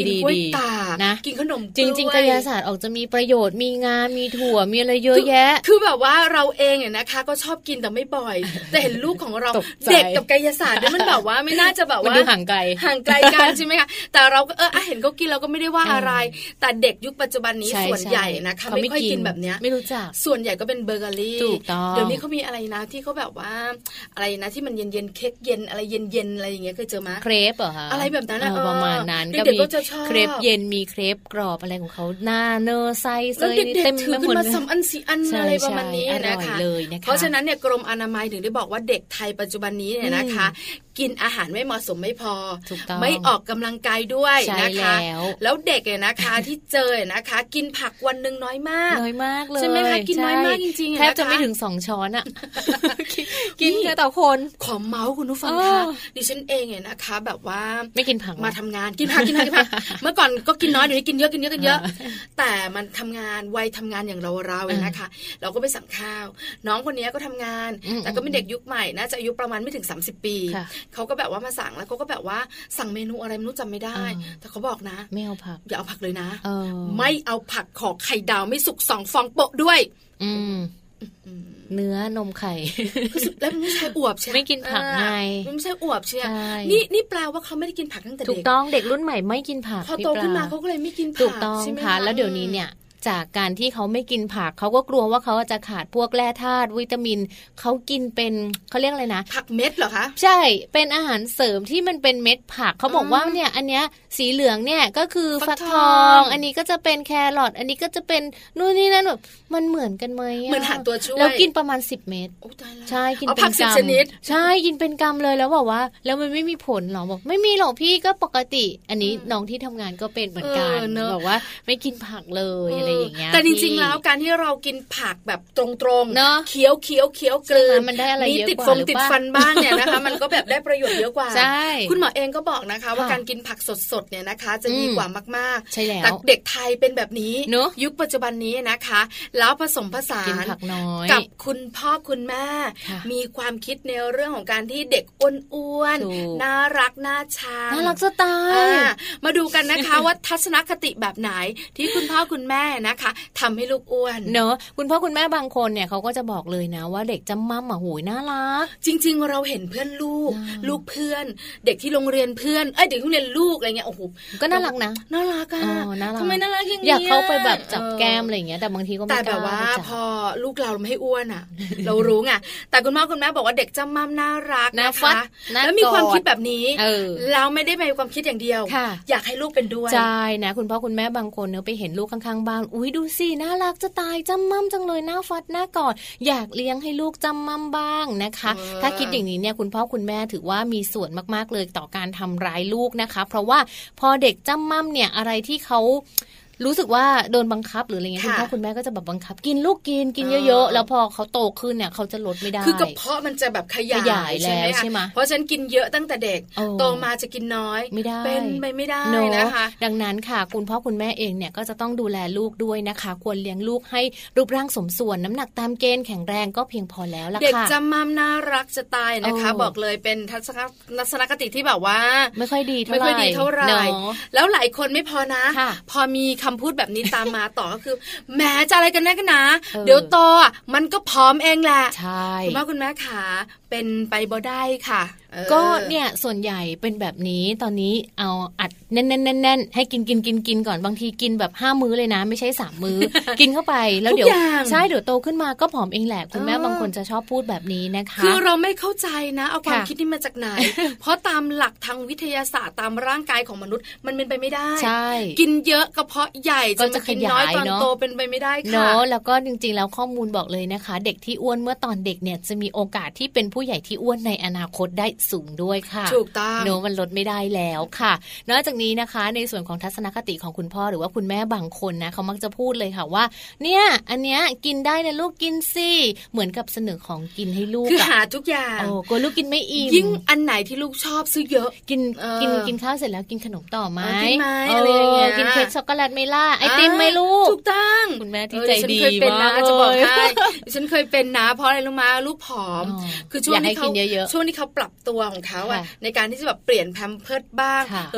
ตากนะกินขนมจริงๆกายศาสตร์ออกจะมีประโยชน์มีงามีถั่วมีอะไรเยอะแยะคือแบบว่าเราเองเนี่ยนะคะก็ชอบกินแต่ไม่บ่อยแต่เห็นลูกของเราเด็กกับกายศาสตร์เนี่ยมันแบบว่าไม่น่าจะแบบว่าห่างไกลห่างไกลกันใช่ไหมคะแต่เราก็เออเห็นเขากินเราก็ไม่ได้ว่าอะไรแต่เด็กยุคปัจจุบันนี้ส่วนใหญ่นะคะไม่ค่อยกินแบบเนี้ยไม่รู้จักส่วนใหญ่ก็เป็นเบเกอรี่เดี๋ยวนี้เขามีอะไรนะที่เขาแบบว่าอะไรนะที่มันเย็นๆเค้กเย็นอะไรเย็นๆอะไรอย่างเงี้ยเคยเจอมั้ยเครปเหรอคะอะไรแบบนั้นประมาณนั้นก็มีเครปเย็นมีเครปกรอบอะไรของเขาหน้าเนอไส้เส้ยเต็มไปหมดเลยสามอันสี่อันอะไรประมาณนี้นะคะเพราะฉะนั้นเนี่ยกรมอนามัยถึงได้บอกว่าเด็กไทยปัจจุบันนี้เนี่ยนะคะกินอาหารไม่เหมาะสมไม่พอไม่ออกกำลังกายด้วยนะคะแล้วเด็กเนี่ยนะคะที่เจอนะคะกินผักวันนึงน้อยมากน้อยมากเลยใช่ไหมคะกินน้อยมากจริงๆแทบจะไม่ถึงสองช้อนอ่ะกินแค่ต่อคนขอเมาส์คุณผู้ฟังค่ะดิฉันเองเนี่ยนะคะแบบว่าไม่กินผักมาทำงานกินผักกินผักกินผักเมื่อก่อนก็กินน้อยเดี๋ยวนี้กินเยอะกินเยอะกินเยอะแต่มันทำงานวัยทำงานอย่างเราเราเองนะคะเราก็ไปสั่งข้าวน้องคนนี้ก็ทำงานแต่ก็เป็นเด็กยุคใหม่น่าจะอายุประมาณไม่ถึงสามสิบปีเขาก็แบบว่ามาสั่งแล้วเขาก็แบบว่าสั่งเมนูอะไรไม่รู้จำไม่ได้แต่เขาบอกนะไม่เอาผักอย่าเอาผักเลยนะไม่เอาผักขอไข่ดาวไม่สุกสองฟองโปะด้วยเนื้อนมไข่แล้วมันไม่ใช่อวบใช่ไม่กินผักไงมันไม่ใช่อวบใช่นี่นี่แปลว่าเขาไม่ได้กินผักตั้งแต่เด็กถูกต้องเด็กรุ่นใหม่ไม่กินผักพอโตขึ้นมาเขาก็เลยไม่กินผักถูกต้องค่ะแล้วเดี๋ยวนี้เนี่ยจากการที่เขาไม่กินผักเขาก็กลัวว่าเขาจะขาดพวกแร่ธาตุวิตามินเขากินเป็นเขาเรียกอะไรนะผักเม็ดเหรอคะใช่เป็นอาหารเสริมที่มันเป็นเม็ดผักเขาบอกว่าเนี่ยอันเนี้ยสีเหลืองเนี่ยก็คือฟักทองอันนี้ก็จะเป็นแครอทอันนี้ก็จะเป็นนู่นนี่นั่นแบบมันเหมือนกันไหมเหมือนหาตัวช่วยแล้วกินประมาณสิบเม็ดใช่กินเป็นกำใช่กินเป็นกำเลยแล้วบอกว่าแล้วมันไม่มีผลหรอบอกไม่มีหรอกพี่ก็ปกติอันนี้น้องที่ทำงานก็เป็นเหมือนกันบอกว่าไม่กินผักเลยอะไรอย่างเงี้ยแต่จริงๆแล้วการที่เรากินผักแบบตรงๆเนาะเคี้ยวเคี้ยวเคี้ยวกลืนมันได้อะไรเยอะกว่าติดฟงติดฟันบ้างเนี่ยนะคะมันก็แบบได้ประโยชน์เยอะกว่าคุณหมอเองก็บอกนะคะว่าการกินผักสดๆเนี่ยนะคะจะดีกว่ามากๆแต่เด็กไทยเป็นแบบนี้ยุคปัจจุบันนี้นะคะแล้วผสมผสานกับคุณพ่อคุณแม่มีความคิดในเรื่องของการที่เด็กอ้วนๆน่ารักน่าชังน่ารักจะตายมาดูกันนะคะว่าทัศนคติแบบไหนที่คุณพ่อคุณแม่นะคะทำให้ลูกอ้วนเนอะคุณพ่อคุณแม่บางคนเนี่ยเขาก็จะบอกเลยนะว่าเด็กจำมั่มอ่ะโหยน่ารักจริงๆเราเห็นเพื่อนลูกลูกเพื่อนเด็กที่โรงเรียนเพื่อนเอ้ยเด็กที่โรงเรียนลูกอะไรเงี้ยโอ้โหก็น่ารักนะน่ารักอ่ะทำไมน่ารักอย่างนี้อยากเข้าไปแบบจับแก้มอะไรเงี้ยแต่บางทีก็ไม่กล้าแต่แบบว่าพอลูกเราไม่ให้อ้วนอ่ะเรารู้ไงแต่คุณพ่อคุณแม่บอกว่าเด็กจำมั่มน่ารักนะคะแล้วมีความคิดแบบนี้แล้วไม่ได้มีความคิดอย่างเดียวอยากให้ลูกเป็นด้วยใช่นะคุณพ่อคุณแม่บางคนเนอะไปเห็นลูกข้างๆบ้านอุ้ยดูสิน่ารักจะตายจำมั่มจังเลยหน้าฟัดหน้ากอดอยากเลี้ยงให้ลูกจำมั่มบ้างนะคะถ้าคิดอย่างนี้เนี่ยคุณพ่อคุณแม่ถือว่ามีส่วนมากๆเลยต่อการทำร้ายลูกนะคะเพราะว่าพอเด็กจำมั่มเนี่ยอะไรที่เขารู้สึกว่าโดนบังคับหรืออะไรเงี้ยคุณพ่อคุณแม่ก็จะแบบบังคับกินลูกกินกินเยอะๆแล้วพอเขาโตขึ้นเนี่ยเขาจะลดไม่ได้คือกระเพาะมันจะแบบขยายแล้วใช่ไหมเพราะฉันกินเยอะตั้งแต่เด็กโตมาจะกินน้อยไม่ได้เป็นไปไม่ได้นะคะดังนั้นค่ะคุณพ่อคุณแม่เองเนี่ยก็จะต้องดูแลลูกด้วยนะคะควรเลี้ยงลูกให้รูปร่างสมส่วนน้ำหนักตามเกณฑ์แข็งแรงก็เพียงพอแล้วล่ะค่ะเด็กจำมั่มน่ารักจะตายนะคะบอกเลยเป็นทัศนคติที่แบบว่าไม่ค่อยดีเท่าไหร่ไม่ค่อยดีเท่าไหร่แล้วหลายคนไม่พอนะพอมีคำพูดแบบนี้ตามมาต่อก็คือแม้จะอะไรกันแน่กันนะเดี๋ยวโตมันก็พร้อมเองแหละใช่คุณพ่อคุณแม่ขาเป็นไปบ่ได้ค่ะก็เนี่ยส่วนใหญ่เป็นแบบนี้ตอนนี้เอาอัดแน่นๆๆให้กินกินกินกินก่อนบางทีกินแบบห้ามื้อเลยนะไม่ใช่สามมื้อ กินเข้าไปแล้วเดี๋ยวใช่เดี๋ยวโตขึ้นมาก็ผอมเองแหละคุณแม่บางคนจะชอบพูดแบบนี้นะคะคือเราไม่เข้าใจนะเอาความคิดนี้มาจากไหนเพราะตามหลักทางวิทยาศาสตร์ตามร่างกายของมนุษย์มันเป็นไปไม่ได้ใช่กินเยอะกระเพาะใหญ่จะมากินน้อยตอนโตเป็นไปไม่ได้ค่ะเนาะแล้วก็จริงๆแล้วข้อมูลบอกเลยนะคะเด็กที่อ้วนเมื่อตอนเด็กเนี่ยจะมีโอกาสที่เป็นผู้ใหญ่ที่อ้วนในอนาคตได้สูงด้วยค่ะถูกต้องเนอะมันลดไม่ได้แล้วค่ะนอกจากนี้นะคะในส่วนของทัศนคติของคุณพ่อหรือว่าคุณแม่บางคนนะเขามักจะพูดเลยค่ะว่าเนี่ยอันเนี้ยกินได้นะลูกกินสิเหมือนกับเสนอของกินให้ลูกคือหาทุกอย่างโอ้กลัวลูกกินไม่อิ่มยิ่งอันไหนที่ลูกชอบซื้อเยอะกินกินกินข้าวเสร็จแล้วกินขนมต่อไหมกินไหมอะไรอย่างเงี้ยกินเค้กช็อกโกแลตไหมล่ะไอติมไหมลูกถูกต้องคุณแม่ที่ใจดีมากจะบอกให้ฉันเคยเป็นนะเพราะอะไรรู้มั้ยลูกผอมคือช่วงที่เขาช่วงที่เขาปรับตัวของเขาอ่ะในการที่จะแบบเปลี่ยนแพมเพิร์สบ้างหรืออะไรแบบนี้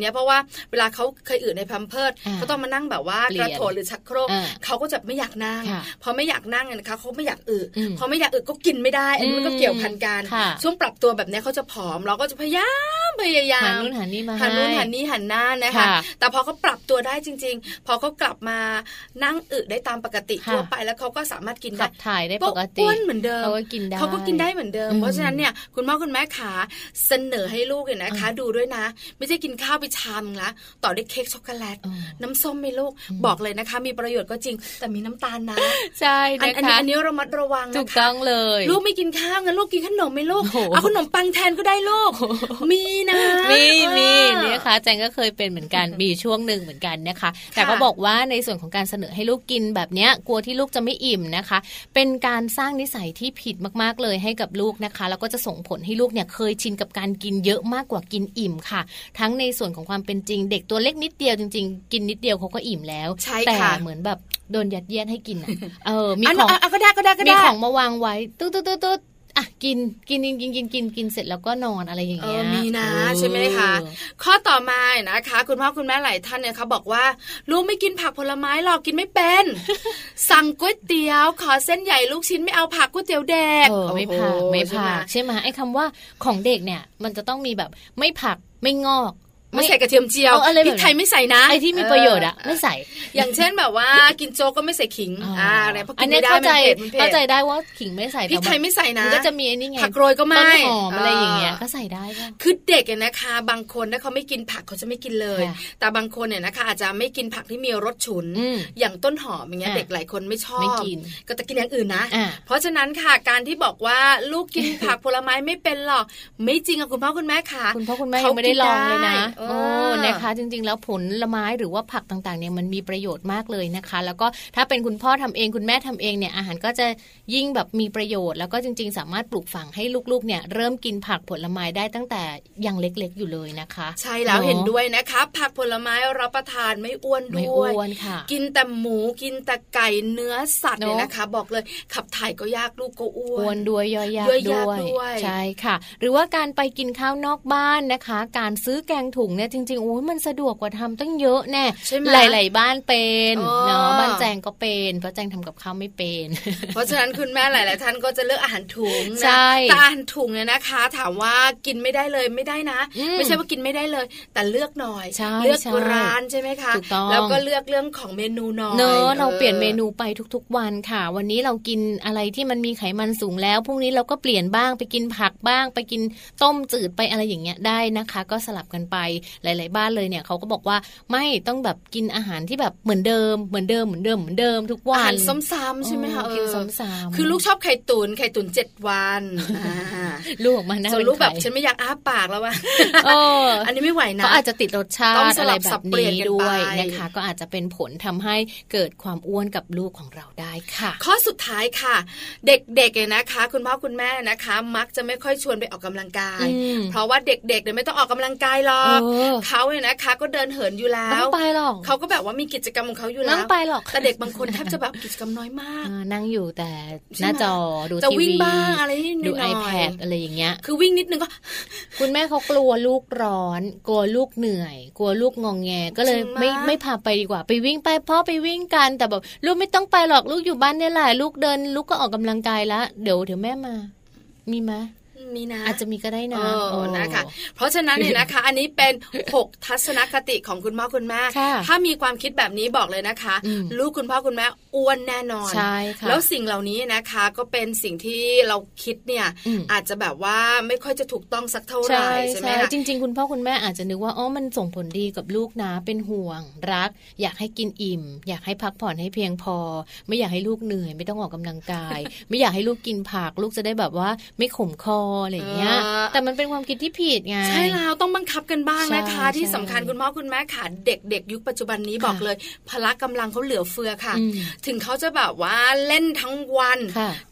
นี้เพราะว่าเวลาเขาเคยอืดในแพมเพิร์สเขาต้องมานั่งแบบว่ากระโถนหรือชักโครกเขาก็จะไม่อยากนั่งพอไม่อยากนั่งนะคะเขาไม่อยากอืดพอไม่อยากอืดก็กินไม่ได้อันนี้ก็เกี่ยวพันกันช่วงปรับตัวแบบนี้เขาจะผอมเราก็จะพยายามพยายามหันนู่นหันนี่มาหันนู่นหันนี่หันหน้านะคะแต่พอเขาปรับตัวได้จริงๆพอเขากลับมานั่งอึได้ตามปกติทั่วไปแล้วเขาก็สามารถกินได้ถ่ายได้ปกติอ้วนเหมือนเดิมเขาก็กินได้เขาก็กินได้เหมือนเดิมเพราะฉะนั้นเนี่ยคุณพ่อคุณแม่ขาเสนอให้ลูกเนี่ยนะคะดูด้วยนะไม่ใช่กินข้าวไปชามละต่อด้วยเค้กช็อกโกแลตน้ำส้มไหมลูกบอกเลยนะคะมีประโยชน์ก็จริงแต่มีน้ำตาลนะใช่นะคะอันนี้ระมัดระวังนะคะถูกต้องเลยลูกไม่กินข้าวงั้นลูกกินขนมไหมลูกเอาขนมปังแทนก็ได้ลูกมีนะมีมีเนี่ยค่ะแจงก็เคยเป็นเหมือนกันมีช่วงหนึ่งเหมือนกันนะคะแต่ก็บอกว่าในส่วนของการเสนอให้ลูกกินแบบเนี้ยกลัวที่ลูกจะไม่อิ่มนะคะเป็นการสร้างนิสัยที่ผิดมากๆเลยให้กับลูกนะคะแล้วก็จะส่งผลให้ลูกเนี่ยเคยชินกับการกินเยอะมากกว่ากินอิ่มค่ะทั้งในส่วนของความเป็นจริงเด็กตัวเล็กนิดเดียวจริงๆกินนิดเดียวเขาก็อิ่มแล้วแต่เหมือนแบบโดนยัดเยียดให้กินอ่ะเออมีของก็ได้ก็ได้ก็ได้มีของมาวางไว้ตุ๊ดตุ๊ดตุ๊ดอ่ะกินกินกินกินกินกินเสร็จแล้วก็นอนอะไรอย่างเงี้ยมีนะใช่ไหมคะข้อต่อมานะคะคุณพ่อคุณแม่หลายท่านเนี่ยเขาบอกว่าลูกไม่กินผักผลไม้หรอกกินไม่เป็นสั่งก๋วยเตี๋ยวขอเส้นใหญ่ลูกชิ้นไม่เอาผักก๋วยเตี๋ยวเด็กไม่ผักไม่ผักใช่ไหมไอ้คำว่าของเด็กเนี่ยมันจะต้องมีแบบไม่ผักไม่งอกไม่ใส่กระเทียมเจียวพริกไทยไม่ใส่นะไอ้ที่มีประโยชน์อะไม่ใส่อย่างเช่นแบบว่ากินโจ๊กก็ไม่ใส่ขิงอ่าอะไรเพราะกินไม่ได้มันเผ็ดเข้าใจได้ว่าขิงไม่ใส่พริกไทยไม่ใส่นะก็จะมีไอ้นี่ไงผักโรยก็ไม่ต้นหอมอะไรอย่างเงี้ยก็ใส่ได้ป่ะคือเด็กนะคะบางคนถ้าเขาไม่กินผักเขาจะไม่กินเลยแต่บางคนเนี่ยนะคะอาจจะไม่กินผักที่มีรสฉุนอย่างต้นหอมอย่างเงี้ยเด็กหลายคนไม่ชอบก็จะกินอย่างอื่นนะเพราะฉะนั้นค่ะการที่บอกว่าลูกกินผักผลไม้ไม่เป็นหรอกไม่จริงอะคุณพ่อคุณแม่ค่ะคุณพ่อคุณแม่ยังไม่ได้ลองเลยนะโอ้นะคะจริงๆแล้วผลไม้หรือว่าผักต่างๆเนี่ยมันมีประโยชน์มากเลยนะคะแล้วก็ถ้าเป็นคุณพ่อทำเองคุณแม่ทำเองเนี่ยอาหารก็จะยิ่งแบบมีประโยชน์แล้วก็จริงๆสามารถปลูกฝังให้ลูกๆเนี่ยเริ่มกินผักผลไม้ได้ตั้งแต่ยังเล็กๆอยู่เลยนะคะใช่แล้วเห็นด้วยนะคะผักผลไม้รับประทานไม่อ้วนด้วยไม่อ้วนค่ะกินแต่หมูกินแต่ไก่เนื้อสัตว์เนี่ยนะคะบอกเลยขับถ่ายก็ยากลูกก็อ้วนอ้วนด้วยย่อยยากด้วยใช่ค่ะหรือว่าการไปกินข้าวนอกบ้านนะคะการซื้อแกงถุงเนี่ยจริงๆโอ้ยมันสะดวกกว่าทำตั้งเยอะแน่หลายๆบ้านเป็นเนาะบ้านแจงก็เป็นเพราะแจงทำกับข้าวไม่เป็นเพราะฉะนั้นคุณแม่หลายๆท่านก็จะเลือกอาหารถุงนะแต่อาหารถุงเนี่ยนะคะถามว่ากินไม่ได้เลยไม่ได้นะไม่ใช่ว่ากินไม่ได้เลยแต่เลือกหน่อยเลือกร้านใช่ไหมคะแล้วก็เลือกเรื่องของเมนูหน่อยเนอะเราเปลี่ยนเมนูไปทุกๆวันค่ะวันนี้เรากินอะไรที่มันมีไขมันสูงแล้วพรุ่งนี้เราก็เปลี่ยนบ้างไปกินผักบ้างไปกินต้มจืดไปอะไรอย่างเงี้ยได้นะคะก็สลับกันไปหลายๆบ้านเลยเนี่ยเขาก็บอกว่าไม่ต้องแบบกินอาหารที่แบบเหมือนเดิมเหมือนเดิมเหมือนเดิมเหมือนเดิมทุกวันอาหารซ้ำๆใช่ไหมคะกินซ้ำๆคือลูกชอบไข่ตุ๋นไข่ตุ๋นเจ็ดวันลูกออกมาหน้าเป็นไข่ลูกแบบฉันไม่อยากอ้าปากแล้วว่ะอันนี้ไม่ไหวนะเขาอาจจะติดรสชาติอะไรแบบนี้ด้วยนะคะก็อาจจะเป็นผลทำให้เกิดความอ้วนกับลูกของเราได้ค่ะข้อสุดท้ายค่ะเด็กๆเนี่ยนะคะคุณพ่อคุณแม่นะคะมักจะไม่ค่อยชวนไปออกกำลังกายเพราะว่าเด็กๆเนี่ยไม่ต้องออกกำลังกายหรอกเขาเนี่ยนะคะก็เดินเหินอยู่แล้วไปหรอกเขาก็แบบว่ามีกิจกรรมของเขาอยู่แล้วไปหรอกแต่เด็กบางคนแทบจะแบบกิจกรรมน้อยมากนั่งอยู่แต่หน้าจอดูทีวีจะวิ่งบ้างอะไรนิดหน่อยดู iPad อะไรอย่างเงี้ยคือวิ่งนิดนึงก็คุณแม่เขากลัวลูกร้อนกลัวลูกเหนื่อยกลัวลูกงอแงก็เลยไม่ไม่พาไปดีกว่าไปวิ่งไปพ่อไปวิ่งกันแต่แบบลูกไม่ต้องไปหรอกลูกอยู่บ้านนี่แหละลูกเดินลูกก็ออกกำลังกายแล้วเดี๋ยวเดี๋ยวแม่มามีไหมมีนะอาจจะมีก็ได้นะโอ้นะคะเพราะฉะนั้นเนี่ยนะคะอันนี้เป็นหกทัศนคติของคุณพ่อคุณแม่ถ้ามีความคิดแบบนี้บอกเลยนะคะลูกคุณพ่อคุณแม่อ้วนแน่นอนใช่ค่ะแล้วสิ่งเหล่านี้นะคะก็เป็นสิ่งที่เราคิดเนี่ยอาจจะแบบว่าไม่ค่อยจะถูกต้องสักเท่าไหร่ใช่ไหมคะจริงๆคุณพ่อคุณแม่อาจจะนึกว่าอ๋อมันส่งผลดีกับลูกนะเป็นห่วงรักอยากให้กินอิ่มอยากให้พักผ่อนให้เพียงพอไม่อยากให้ลูกเหนื่อยไม่ต้องออกกำลังกายไม่อยากให้ลูกกินผักลูกจะได้แบบว่าไม่ขมคออะไรอย่างเงี้ยแต่มันเป็นความคิดที่ผิดไงใช่แล้วต้องบังคับกันบ้างนะคะที่สำคัญคุณพ่อคุณแม่ค่ะเด็กๆยุคปัจจุบันนี้บอกเลยพละกำลังเขาเหลือเฟือค่ะถึงเขาจะแบบว่าเล่นทั้งวัน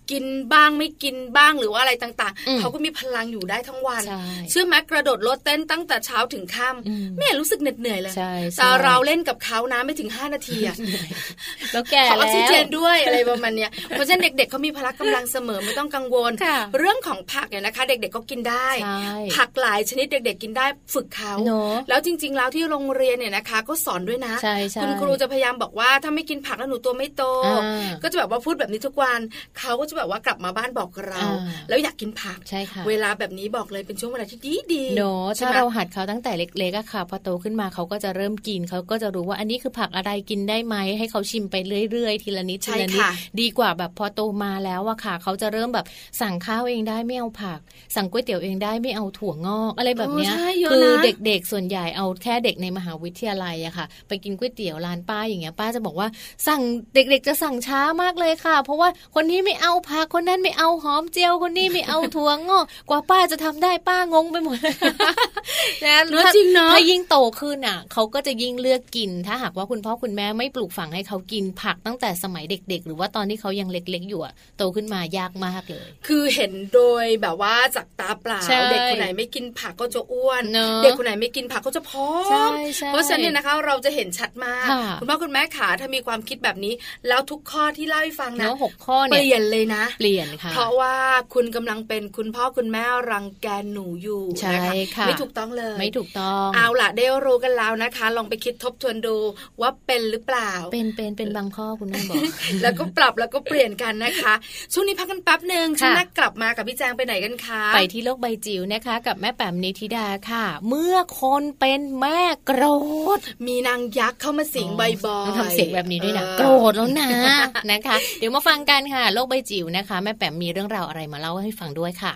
กินบ้างไม่กินบ้างหรือว่าอะไรต่างๆเขาก็มีพลังอยู่ได้ทั้งวันเชื่อไหมกระโดดโลดเต้นตั้งแต่เช้าถึงค่ำไม่รู้สึกเหน็ดเหนื่อยเลยแต่เราเล่นกับเขานะไม่ถึงห้านาทีอะแล้วแก่แล้วขอออกซิเจนด้วยอะไรประมาณนี้เพราะฉะนั้นเด็กๆเขามีพละกำลังเสมอไม่ต้องกังวลเรื่องของผักเนี่ยนะคะเด็กๆก็กินได้ผักหลายชนิดเด็กๆกินได้ฝึกเขาแล้วจริงๆแล้วที่โรงเรียนเนี่ยนะคะก็สอนด้วยนะคุณครูจะพยายามบอกว่าถ้าไม่กินผักแล้วหนูตัวไม่โตก็จะแบบว่าพูดแบบนี้ทุกวันเขาก็จะแบบว่ากลับมาบ้านบอกเราแล้วอยากกินผักเวลาแบบนี้บอกเลยเป็นช่วงเวลาที่ดีดีเนาะถ้าเราหัดเขาตั้งแต่เล็กๆอะค่ะพอโตขึ้นมาเขาก็จะเริ่มกินเขาก็จะรู้ว่าอันนี้คือผักอะไรกินได้ไหมให้เขาชิมไปเรื่อยๆทีละนิดทีละนิดดีกว่าแบบพอโตมาแล้วอะค่ะเขาจะเริ่มแบบสั่งข้าวเองได้ไม่เอาผักสั่งก๋วยเตี๋ยวเองได้ไม่เอาถั่วงอกอะไรแบบนี้คือเด็กๆส่วนใหญ่เอาแค่เด็กในมหาวิทยาลัยอะค่ะไปกินก๋วยเตี๋ยวร้านป้าอย่างเงี้ยป้าจะบอกว่าสั่งเด็กๆจะสั่งช้ามากเลยค่ะเพราะว่าคนนี้ไม่เอาผักคนนั้นไม่เอาหอมเจียวคนนี้ไม่เอาถั่วงอกกว่าป้าจะทำได้ป้างงไปหมดนะจริงเนาะถ้ายิ่งโตขึ้นอ่ะเขาก็จะยิ่งเลือกกินถ้าหากว่าคุณพ่อคุณแม่ไม่ปลูกฝังให้เขากินผักตั้งแต่สมัยเด็กๆหรือว่าตอนที่เขายังเล็กๆอยู่อ่ะโตขึ้นมายากมากเลยคือเห็นโดยแบบว่าจากตาเปล่าเด็กคนไหนไม่กินผักก็จะอ้วนเด็กคนไหนไม่กินผักก็จะผอมเพราะฉะนั้นเนี่ยนะคะเราจะเห็นชัดมากคุณพ่อคุณแม่ขาถ้ามีความคิดแบบนี้แล้วทุกข้อที่เล่าให้ฟังนะหกข้อเนี่ยเปลี่ยนเลยนะเปลี่ยนค่ะเพราะว่าคุณกำลังเป็นคุณพ่อคุณแม่รังแกหนูอยู่นะคะไม่ถูกต้องเลยไม่ถูกต้องเอาล่ะได้รู้กันแล้วนะคะลองไปคิดทบทวนดูว่าเป็นหรือเปล่าเป็นเป็นเป็นบางข้อคุณแม่บอกแล้วก็ปรับแล้วก็เปลี่ยนกันนะคะช่วงนี้พักกันแป๊บนึงช่วงหน้ากลับมากับพี่แจงไปไหนกันคะไปที่โลกใบจิ๋วนะคะกับแม่แป๋มนิธิดาค่ะเมื่อคนเป็นแม่โกรธมีนางยักษ์เข้ามาสิงบ่อยๆต้องทำเสียงแบบนี้ด้วยนะโกรธแล้วนะนะคะเดี๋ยวมาฟังกันค่ะโลกใบจิ๋วนะคะแม่แป๋มมีเรื่องราวอะไรมาเล่าให้ฟังด้วยค่ะ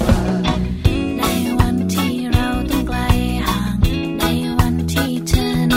ในวันที่เราต้องไกลห่างในวันที่เธอ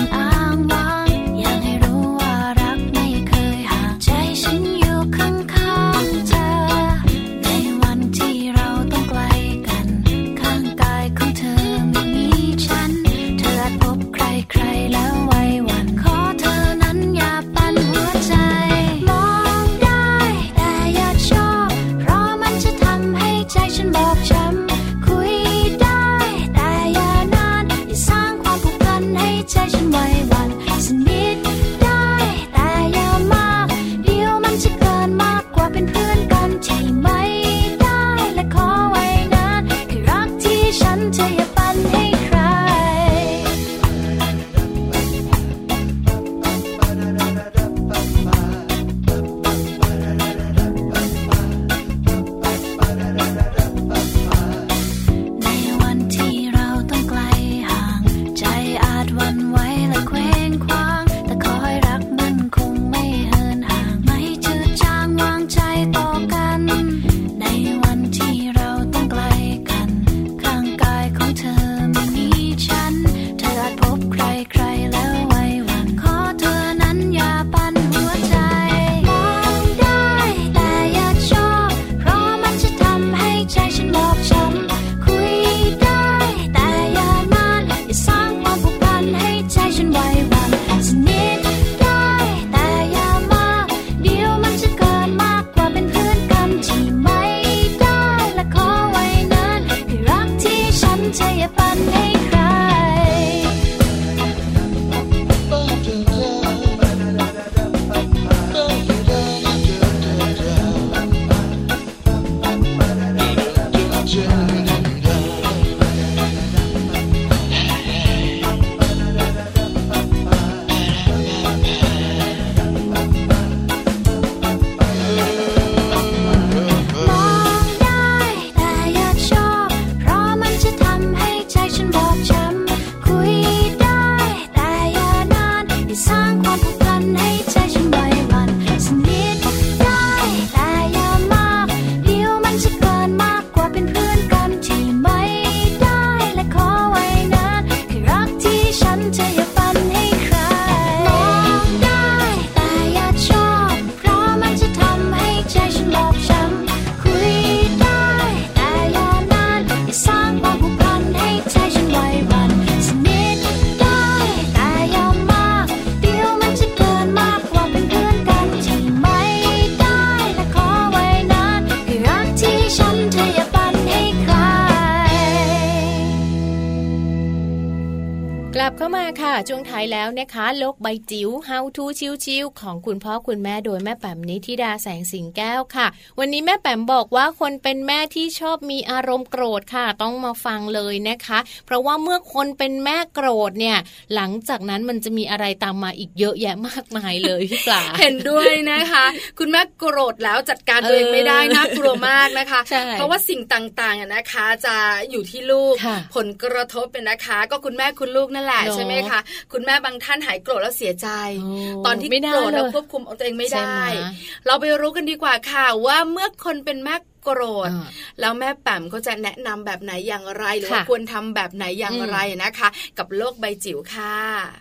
ลับเข้ามาค่ะช่วงท้ายแล้วนะคะโลกใบจิ๋ว How to ชิวๆของคุณพ่อคุณแม่โดยแม่แป๋มนิธิดาแสงสิงแก้วค่ะวันนี้แม่แป๋มบอกว่าคนเป็นแม่ที่ชอบมีอารมณ์โกรธค่ะต้องมาฟังเลยนะคะเพราะว่าเมื่อคนเป็นแม่โกรธเนี่ยหลังจากนั้นมันจะมีอะไรตามมาอีกเยอะแยะมากมายเลยพี่ปลาเห็นด้วยนะคะคุณแม่โกรธแล้วจัดการตัวเองไม่ได้น่ากลัวมากนะคะเพราะว่าสิ่งต่างๆนะคะจะอยู่ที่ลูกผลกระทบเป็นนะคะก็คุณแม่คุณลูกนั่นแหละใช่ไหมคะคุณแม่บางท่านหายโกรธแล้วเสียใจตอนที่โกรธแล้วควบคุมตัวเองไม่ได้เราไปรู้กันดีกว่าค่ะว่าเมื่อคนเป็นแม่โกรธแล้วแม่แป๋มเขาจะแนะนำแบบไหนอย่างไรหรือว่าควรทำแบบไหนอย่างไรนะคะกับโลกใบจิ๋วค่ะ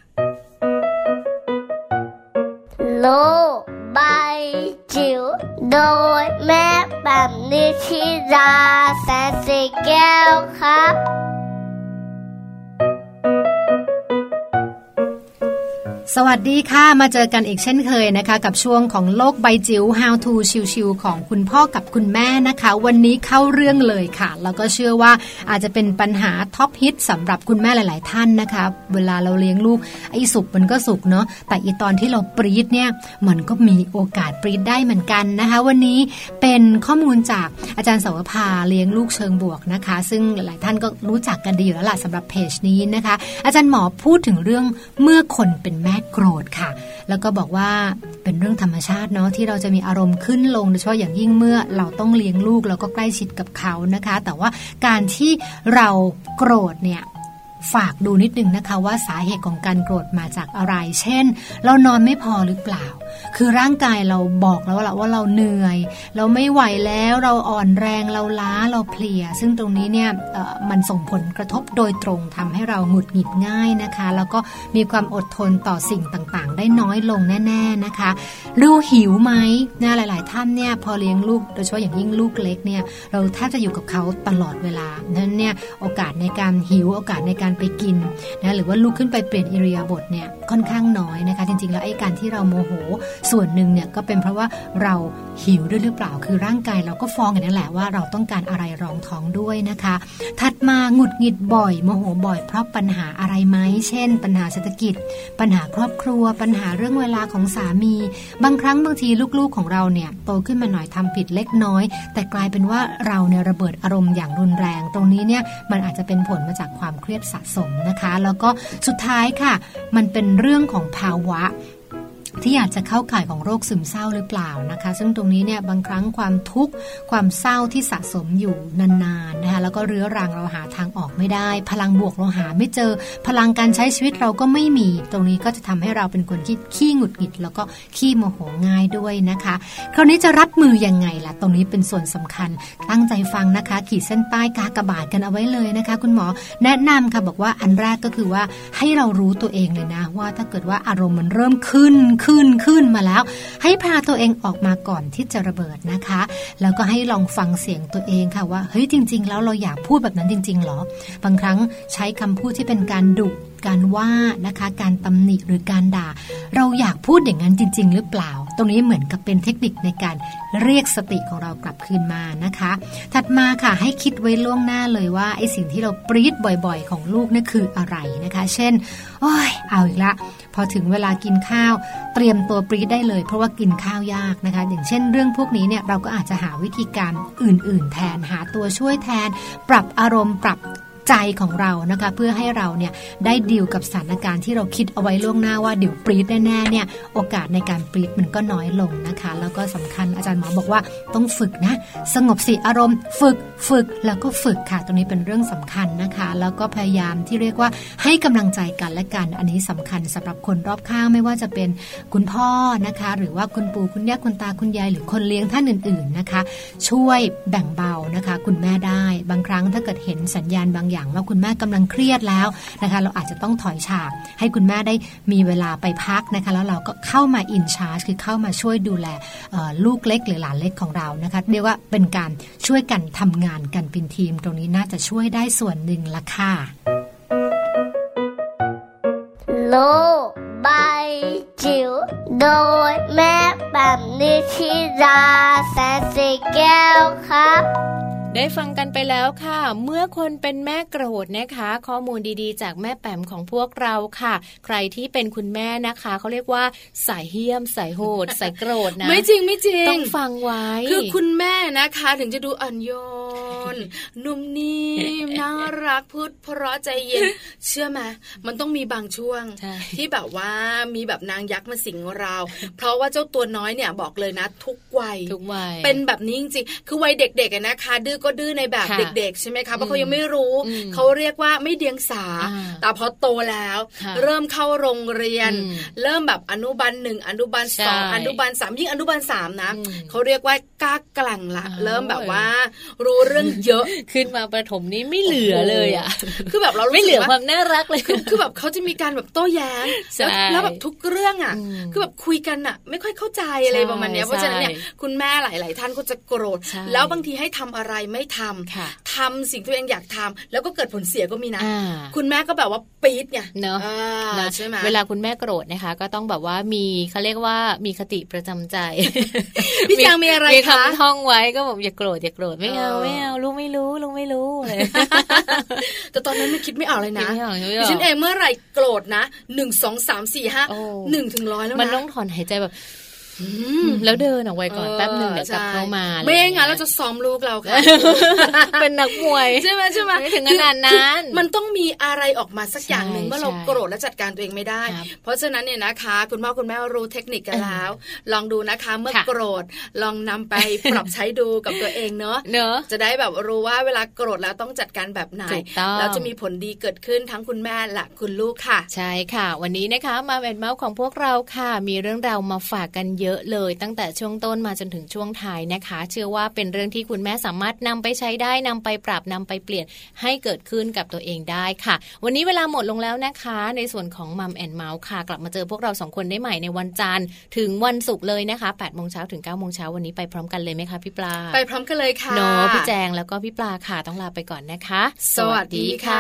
โลกใบจิ๋วโดยแม่แป๋มนิธิดาแสนสีแก้วครับสวัสดีค่ะมาเจอกันอีกเช่นเคยนะคะกับช่วงของโลกใบจิ๋ว How to ชิวๆของคุณพ่อกับคุณแม่นะคะวันนี้เข้าเรื่องเลยค่ะแล้วก็เชื่อว่าอาจจะเป็นปัญหาท็อปฮิตสำหรับคุณแม่หลายๆท่านนะคะเวลาเราเลี้ยงลูกไอ้สุกมันก็สุกเนาะแต่อีตอนที่เราปรี๊ดเนี่ยมันก็มีโอกาสปรี๊ดได้เหมือนกันนะคะวันนี้เป็นข้อมูลจากอาจารย์สาวภาเลี้ยงลูกเชิงบวกนะคะซึ่งหลายๆท่านก็รู้จักกันดีอยู่แล้วล่ะสำหรับเพจนี้นะคะอาจารย์หมอพูดถึงเรื่องเมื่อคนเป็นแม่โกรธค่ะแล้วก็บอกว่าเป็นเรื่องธรรมชาติเนาะที่เราจะมีอารมณ์ขึ้นลงโดยเฉพาะอย่างยิ่งเมื่อเราต้องเลี้ยงลูกแล้วก็ใกล้ชิดกับเขานะคะแต่ว่าการที่เราโกรธเนี่ยฝากดูนิดนึงนะคะว่าสาเหตุของการโกรธมาจากอะไรเช่นเรานอนไม่พอหรือเปล่าคือร่างกายเราบอกแล้วล่ะว่าเราเหนื่อยเราไม่ไหวแล้วเราอ่อนแรงเราล้าเราเพลียซึ่งตรงนี้เนี่ยมันส่งผลกระทบโดยตรงทำให้เราหงุดหงิดง่ายนะคะแล้วก็มีความอดทนต่อสิ่งต่างๆได้น้อยลงแน่ๆนะคะเราหิวไหมนะหลายๆท่านเนี่ยพอเลี้ยงลูกโดยเฉพาะอย่างยิ่งลูกเล็กเนี่ยเราแทบจะอยู่กับเขาตลอดเวลานั้นเนี่ยโอกาสในการหิวโอกาสในการไปกินนะหรือว่าลุกขึ้นไปเปลี่ยนอิริยาบถเนี่ยค่อนข้างน้อยนะคะจริงๆแล้วไอ้การที่เราโมโหส่วนหนึ่งเนี่ยก็เป็นเพราะว่าเราหิวด้วยหรือเปล่าคือร่างกายเราก็ฟ้องกันนั่นแหละว่าเราต้องการอะไรรองท้องด้วยนะคะถัดมาหงุดหงิดบ่อยโมโหบ่อยเพราะปัญหาอะไรไหมเช่นปัญหาเศรษฐกิจปัญหาครอบครัวปัญหาเรื่องเวลาของสามีบางครั้งบางทีลูกๆของเราเนี่ยโตขึ้นมาหน่อยทำผิดเล็กน้อยแต่กลายเป็นว่าเราเนี่ยระเบิดอารมณ์อย่างรุนแรงตรงนี้เนี่ยมันอาจจะเป็นผลมาจากความเครียดสะสมนะคะแล้วก็สุดท้ายค่ะมันเป็นเรื่องของภาวะที่อาจจะเข้าข่ายของโรคซึมเศร้าหรือเปล่านะคะซึ่งตรงนี้เนี่ยบางครั้งความทุกข์ความเศร้าที่สะสมอยู่นานๆนะคะแล้วก็เรื้อรังเราหาทางออกไม่ได้พลังบวกเราหาไม่เจอพลังการใช้ชีวิตเราก็ไม่มีตรงนี้ก็จะทำให้เราเป็นคนที่ขี้หงุดหงิดแล้วก็ขี้โมโหง่ายด้วยนะคะคราวนี้จะรับมือยังไงล่ะตรงนี้เป็นส่วนสำคัญตั้งใจฟังนะคะขีดเส้นใต้กากบาทกันเอาไว้เลยนะคะคุณหมอแนะนำค่ะบอกว่าอันแรกก็คือว่าให้เรารู้ตัวเองเลยนะว่าถ้าเกิดว่าอารมณ์มันเริ่มขึ้นขึ้นขึ้นมาแล้วให้พาตัวเองออกมาก่อนที่จะระเบิดนะคะแล้วก็ให้ลองฟังเสียงตัวเองค่ะว่าเฮ้ยจริงๆแล้วเราอยากพูดแบบนั้นจริงๆหรอบางครั้งใช้คำพูดที่เป็นการดุการว่านะคะการตำหนิหรือการด่าเราอยากพูดอย่างนั้นจริงๆหรือเปล่าตรงนี้เหมือนกับเป็นเทคนิคในการเรียกสติของเรากลับคืนมานะคะถัดมาค่ะให้คิดไว้ล่วงหน้าเลยว่าไอ้สิ่งที่เราปรี๊ดบ่อยๆของลูกนี่คืออะไรนะคะเช่นโอ้ยเอาอีกละพอถึงเวลากินข้าวเตรียมตัวปรี๊ดได้เลยเพราะว่ากินข้าวยากนะคะอย่างเช่นเรื่องพวกนี้เนี่ยเราก็อาจจะหาวิธีการอื่นๆแทนหาตัวช่วยแทนปรับอารมณ์ปรับใจของเรานะคะเพื่อให้เราเนี่ยได้ดีลกับสถานการณ์ที่เราคิดเอาไว้ล่วงหน้าว่าเดี๋ยวปรี๊ดแน่ๆเนี่ยโอกาสในการปรี๊ดมันก็น้อยลงนะคะแล้วก็สำคัญอาจารย์หมอบอกว่าต้องฝึกนะสงบสติอารมณ์ฝึกฝึกแล้วก็ฝึกค่ะตรงนี้เป็นเรื่องสำคัญนะคะแล้วก็พยายามที่เรียกว่าให้กำลังใจกันและกันอันนี้สำคัญสำหรับคนรอบข้างไม่ว่าจะเป็นคุณพ่อนะคะหรือว่าคุณปู่คุณย่าคุณตาคุณยายหรือคนเลี้ยงท่านอื่นๆนะคะช่วยแบ่งเบานะคะคุณแม่ได้บางครั้งถ้าเกิดเห็นสัญญาณบางอย่างว่าคุณแม่กำลังเครียดแล้วนะคะเราอาจจะต้องถอยฉากให้คุณแม่ได้มีเวลาไปพักนะคะแล้วเราก็เข้ามาอินชาร์จคือเข้ามาช่วยดูแลลูกเล็กหรือหลานเล็กของเรานะคะเรียกว่าเป็นการช่วยกันทำงานกันเป็นทีมตรงนี้น่าจะช่วยได้ส่วนหนึ่งละค่ะโลกใบจิ๋วโดยแม่แป๋มนิธิดาแสนสีแก้วครับได้ฟังกันไปแล้วค่ะเมื่อคนเป็นแม่โกรธนะคะข้อมูลดีๆจากแม่แปมของพวกเราค่ะใครที่เป็นคุณแม่นะคะเขาเรียกว่าสายเหี้ยมสายโหดสายโกรธนะไม่จริงไม่จริงต้องฟังไว้คือคุณแม่นะคะถึงจะดูอ่อนโยนนุ่มนิ่มน่ารักพูดเพราะใจเย็นเชื่อไหมมันต้องมีบางช่วงที่แบบว่ามีแบบนางยักษ์มาสิงเราเพราะว่าเจ้าตัวน้อยเนี่ยบอกเลยนะทุกวัยทุกวัยเป็นแบบนี้จริงๆคือวัยเด็กๆนะคะดื้อก็ดื้อในแบบเด็กๆใช่ไหมคะเพราะเขายังไม่รู้เขาเรียกว่าไม่เดียงสาแต่พอโตแล้วเริ่มเข้าโรงเรียนเริ่มแบบอนุบาลหนึ่งอนุบาลสองอนุบาลสามยิ่งอนุบาลสามนะเขาเรียกว่ากล้ากลั่งละเริ่มแบบว่ารู้เรื่องเยอะขึ้นมาประถมนี้ไม่เหลือเลยอ่ะคือแบบเราไม่เหลือความน่ารักเลยคือแบบเขาจะมีการแบบโต้แย้งแล้วแบบทุกเรื่องอ่ะคือแบบคุยกันอ่ะไม่ค่อยเข้าใจอะไรประมาณนี้เพราะฉะนั้นเนี่ยคุณแม่หลายๆท่านก็จะโกรธแล้วบางทีให้ทำอะไรไม่ทำทำสิ่งที่ตัวเองอยากทำแล้วก็เกิดผลเสียก็มีนะคุณแม่ก็แบบว่าปี๊ดไงเนาะใช่ไหมเวลาคุณแม่โกรธนะคะก็ต้องแบบว่ามีเขาเรียกว่ามีคติประจำใจพี่จางมีอะไรคะมีคำท่องไว้ก็บอกอย่าโกรธอย่าโกรธไม่เอาไม่เอาลูกไม่รู้ลูกไม่รู้เลยแต่ตอนนั้นไม่คิดไม่เอาเลยนะดิฉันเองเมื่อไหร่โกรธนะหนึ่งสองสามสี่ห้าหนึ่งถึงร้อยแล้วนะมันต้องถอนหายใจแบบแล้วเดินออกไปก่อนแป๊บหนึ่งเดี๋ยวกลับเข้ามาไม่งั้นเราจะซ้อมลูกเราค่ะเป็นนักมวยใช่ไหมใช่ไหมไม่ถึงขนาดนั้นมันต้องมีอะไรออกมาสักอย่างหนึ่งเมื่อเราโกรธและจัดการตัวเองไม่ได้เพราะฉะนั้นเนี่ยนะคะคุณพ่อคุณแม่รู้เทคนิคกันแล้วลองดูนะคะเมื่อโกรธลองนำไปปรับใช้ดูกับตัวเองเนอะเนอะจะได้แบบรู้ว่าเวลาโกรธแล้วต้องจัดการแบบไหนแล้วจะมีผลดีเกิดขึ้นทั้งคุณแม่และคุณลูกค่ะใช่ค่ะวันนี้นะคะมาเป็นเมาส์ของพวกเราค่ะมีเรื่องราวมาฝากกันเยอะเลยตั้งแต่ช่วงต้นมาจนถึงช่วงท้ายนะคะเชื่อว่าเป็นเรื่องที่คุณแม่สามารถนำไปใช้ได้นำไปปรับนำไปเปลี่ยนให้เกิดขึ้นกับตัวเองได้ค่ะวันนี้เวลาหมดลงแล้วนะคะในส่วนของมัมแอนด์เมาส์ค่ะกลับมาเจอพวกเราสองคนได้ใหม่ในวันจันทร์ถึงวันศุกร์เลยนะคะแปดโมงเช้าถึงเก้าโมงเช้าวันนี้ไปพร้อมกันเลยไหมคะพี่ปลาไปพร้อมกันเลยค่ะเนาะพี่แจงแล้วก็พี่ปลาค่ะต้องลาไปก่อนนะคะสวัสดีค่ะ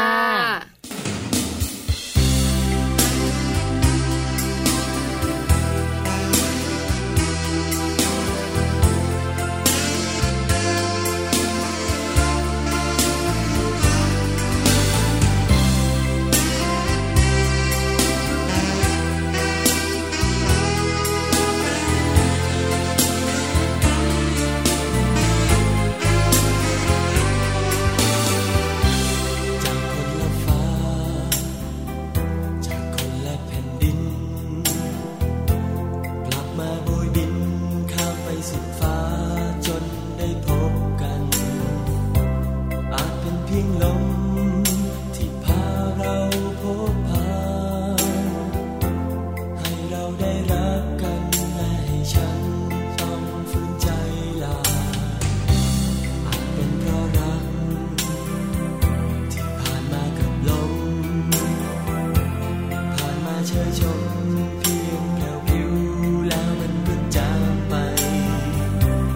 เ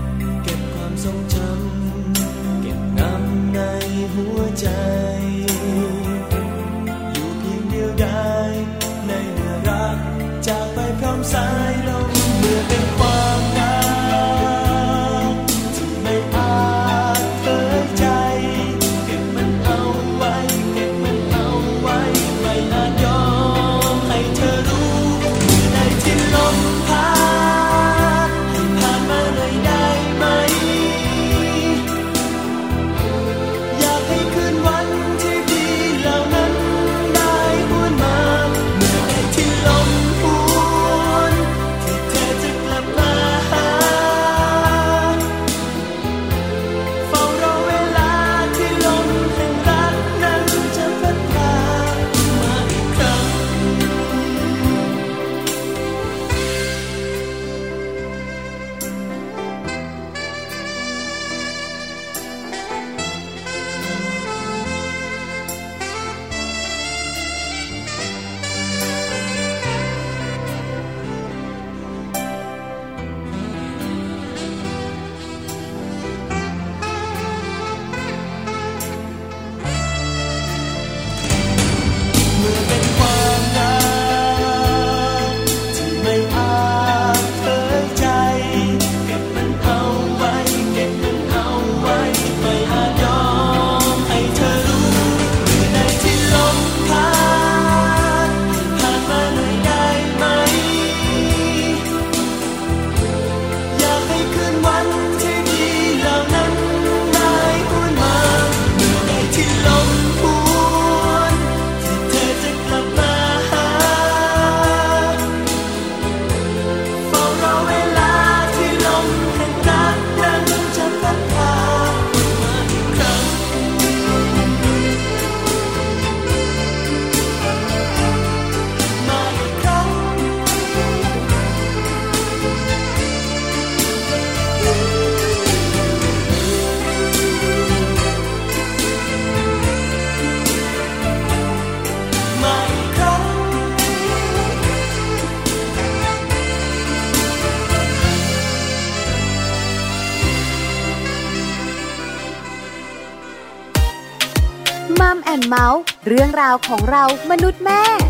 มัมแอนด์เมาส์เรื่องราวของเรามนุษย์แม่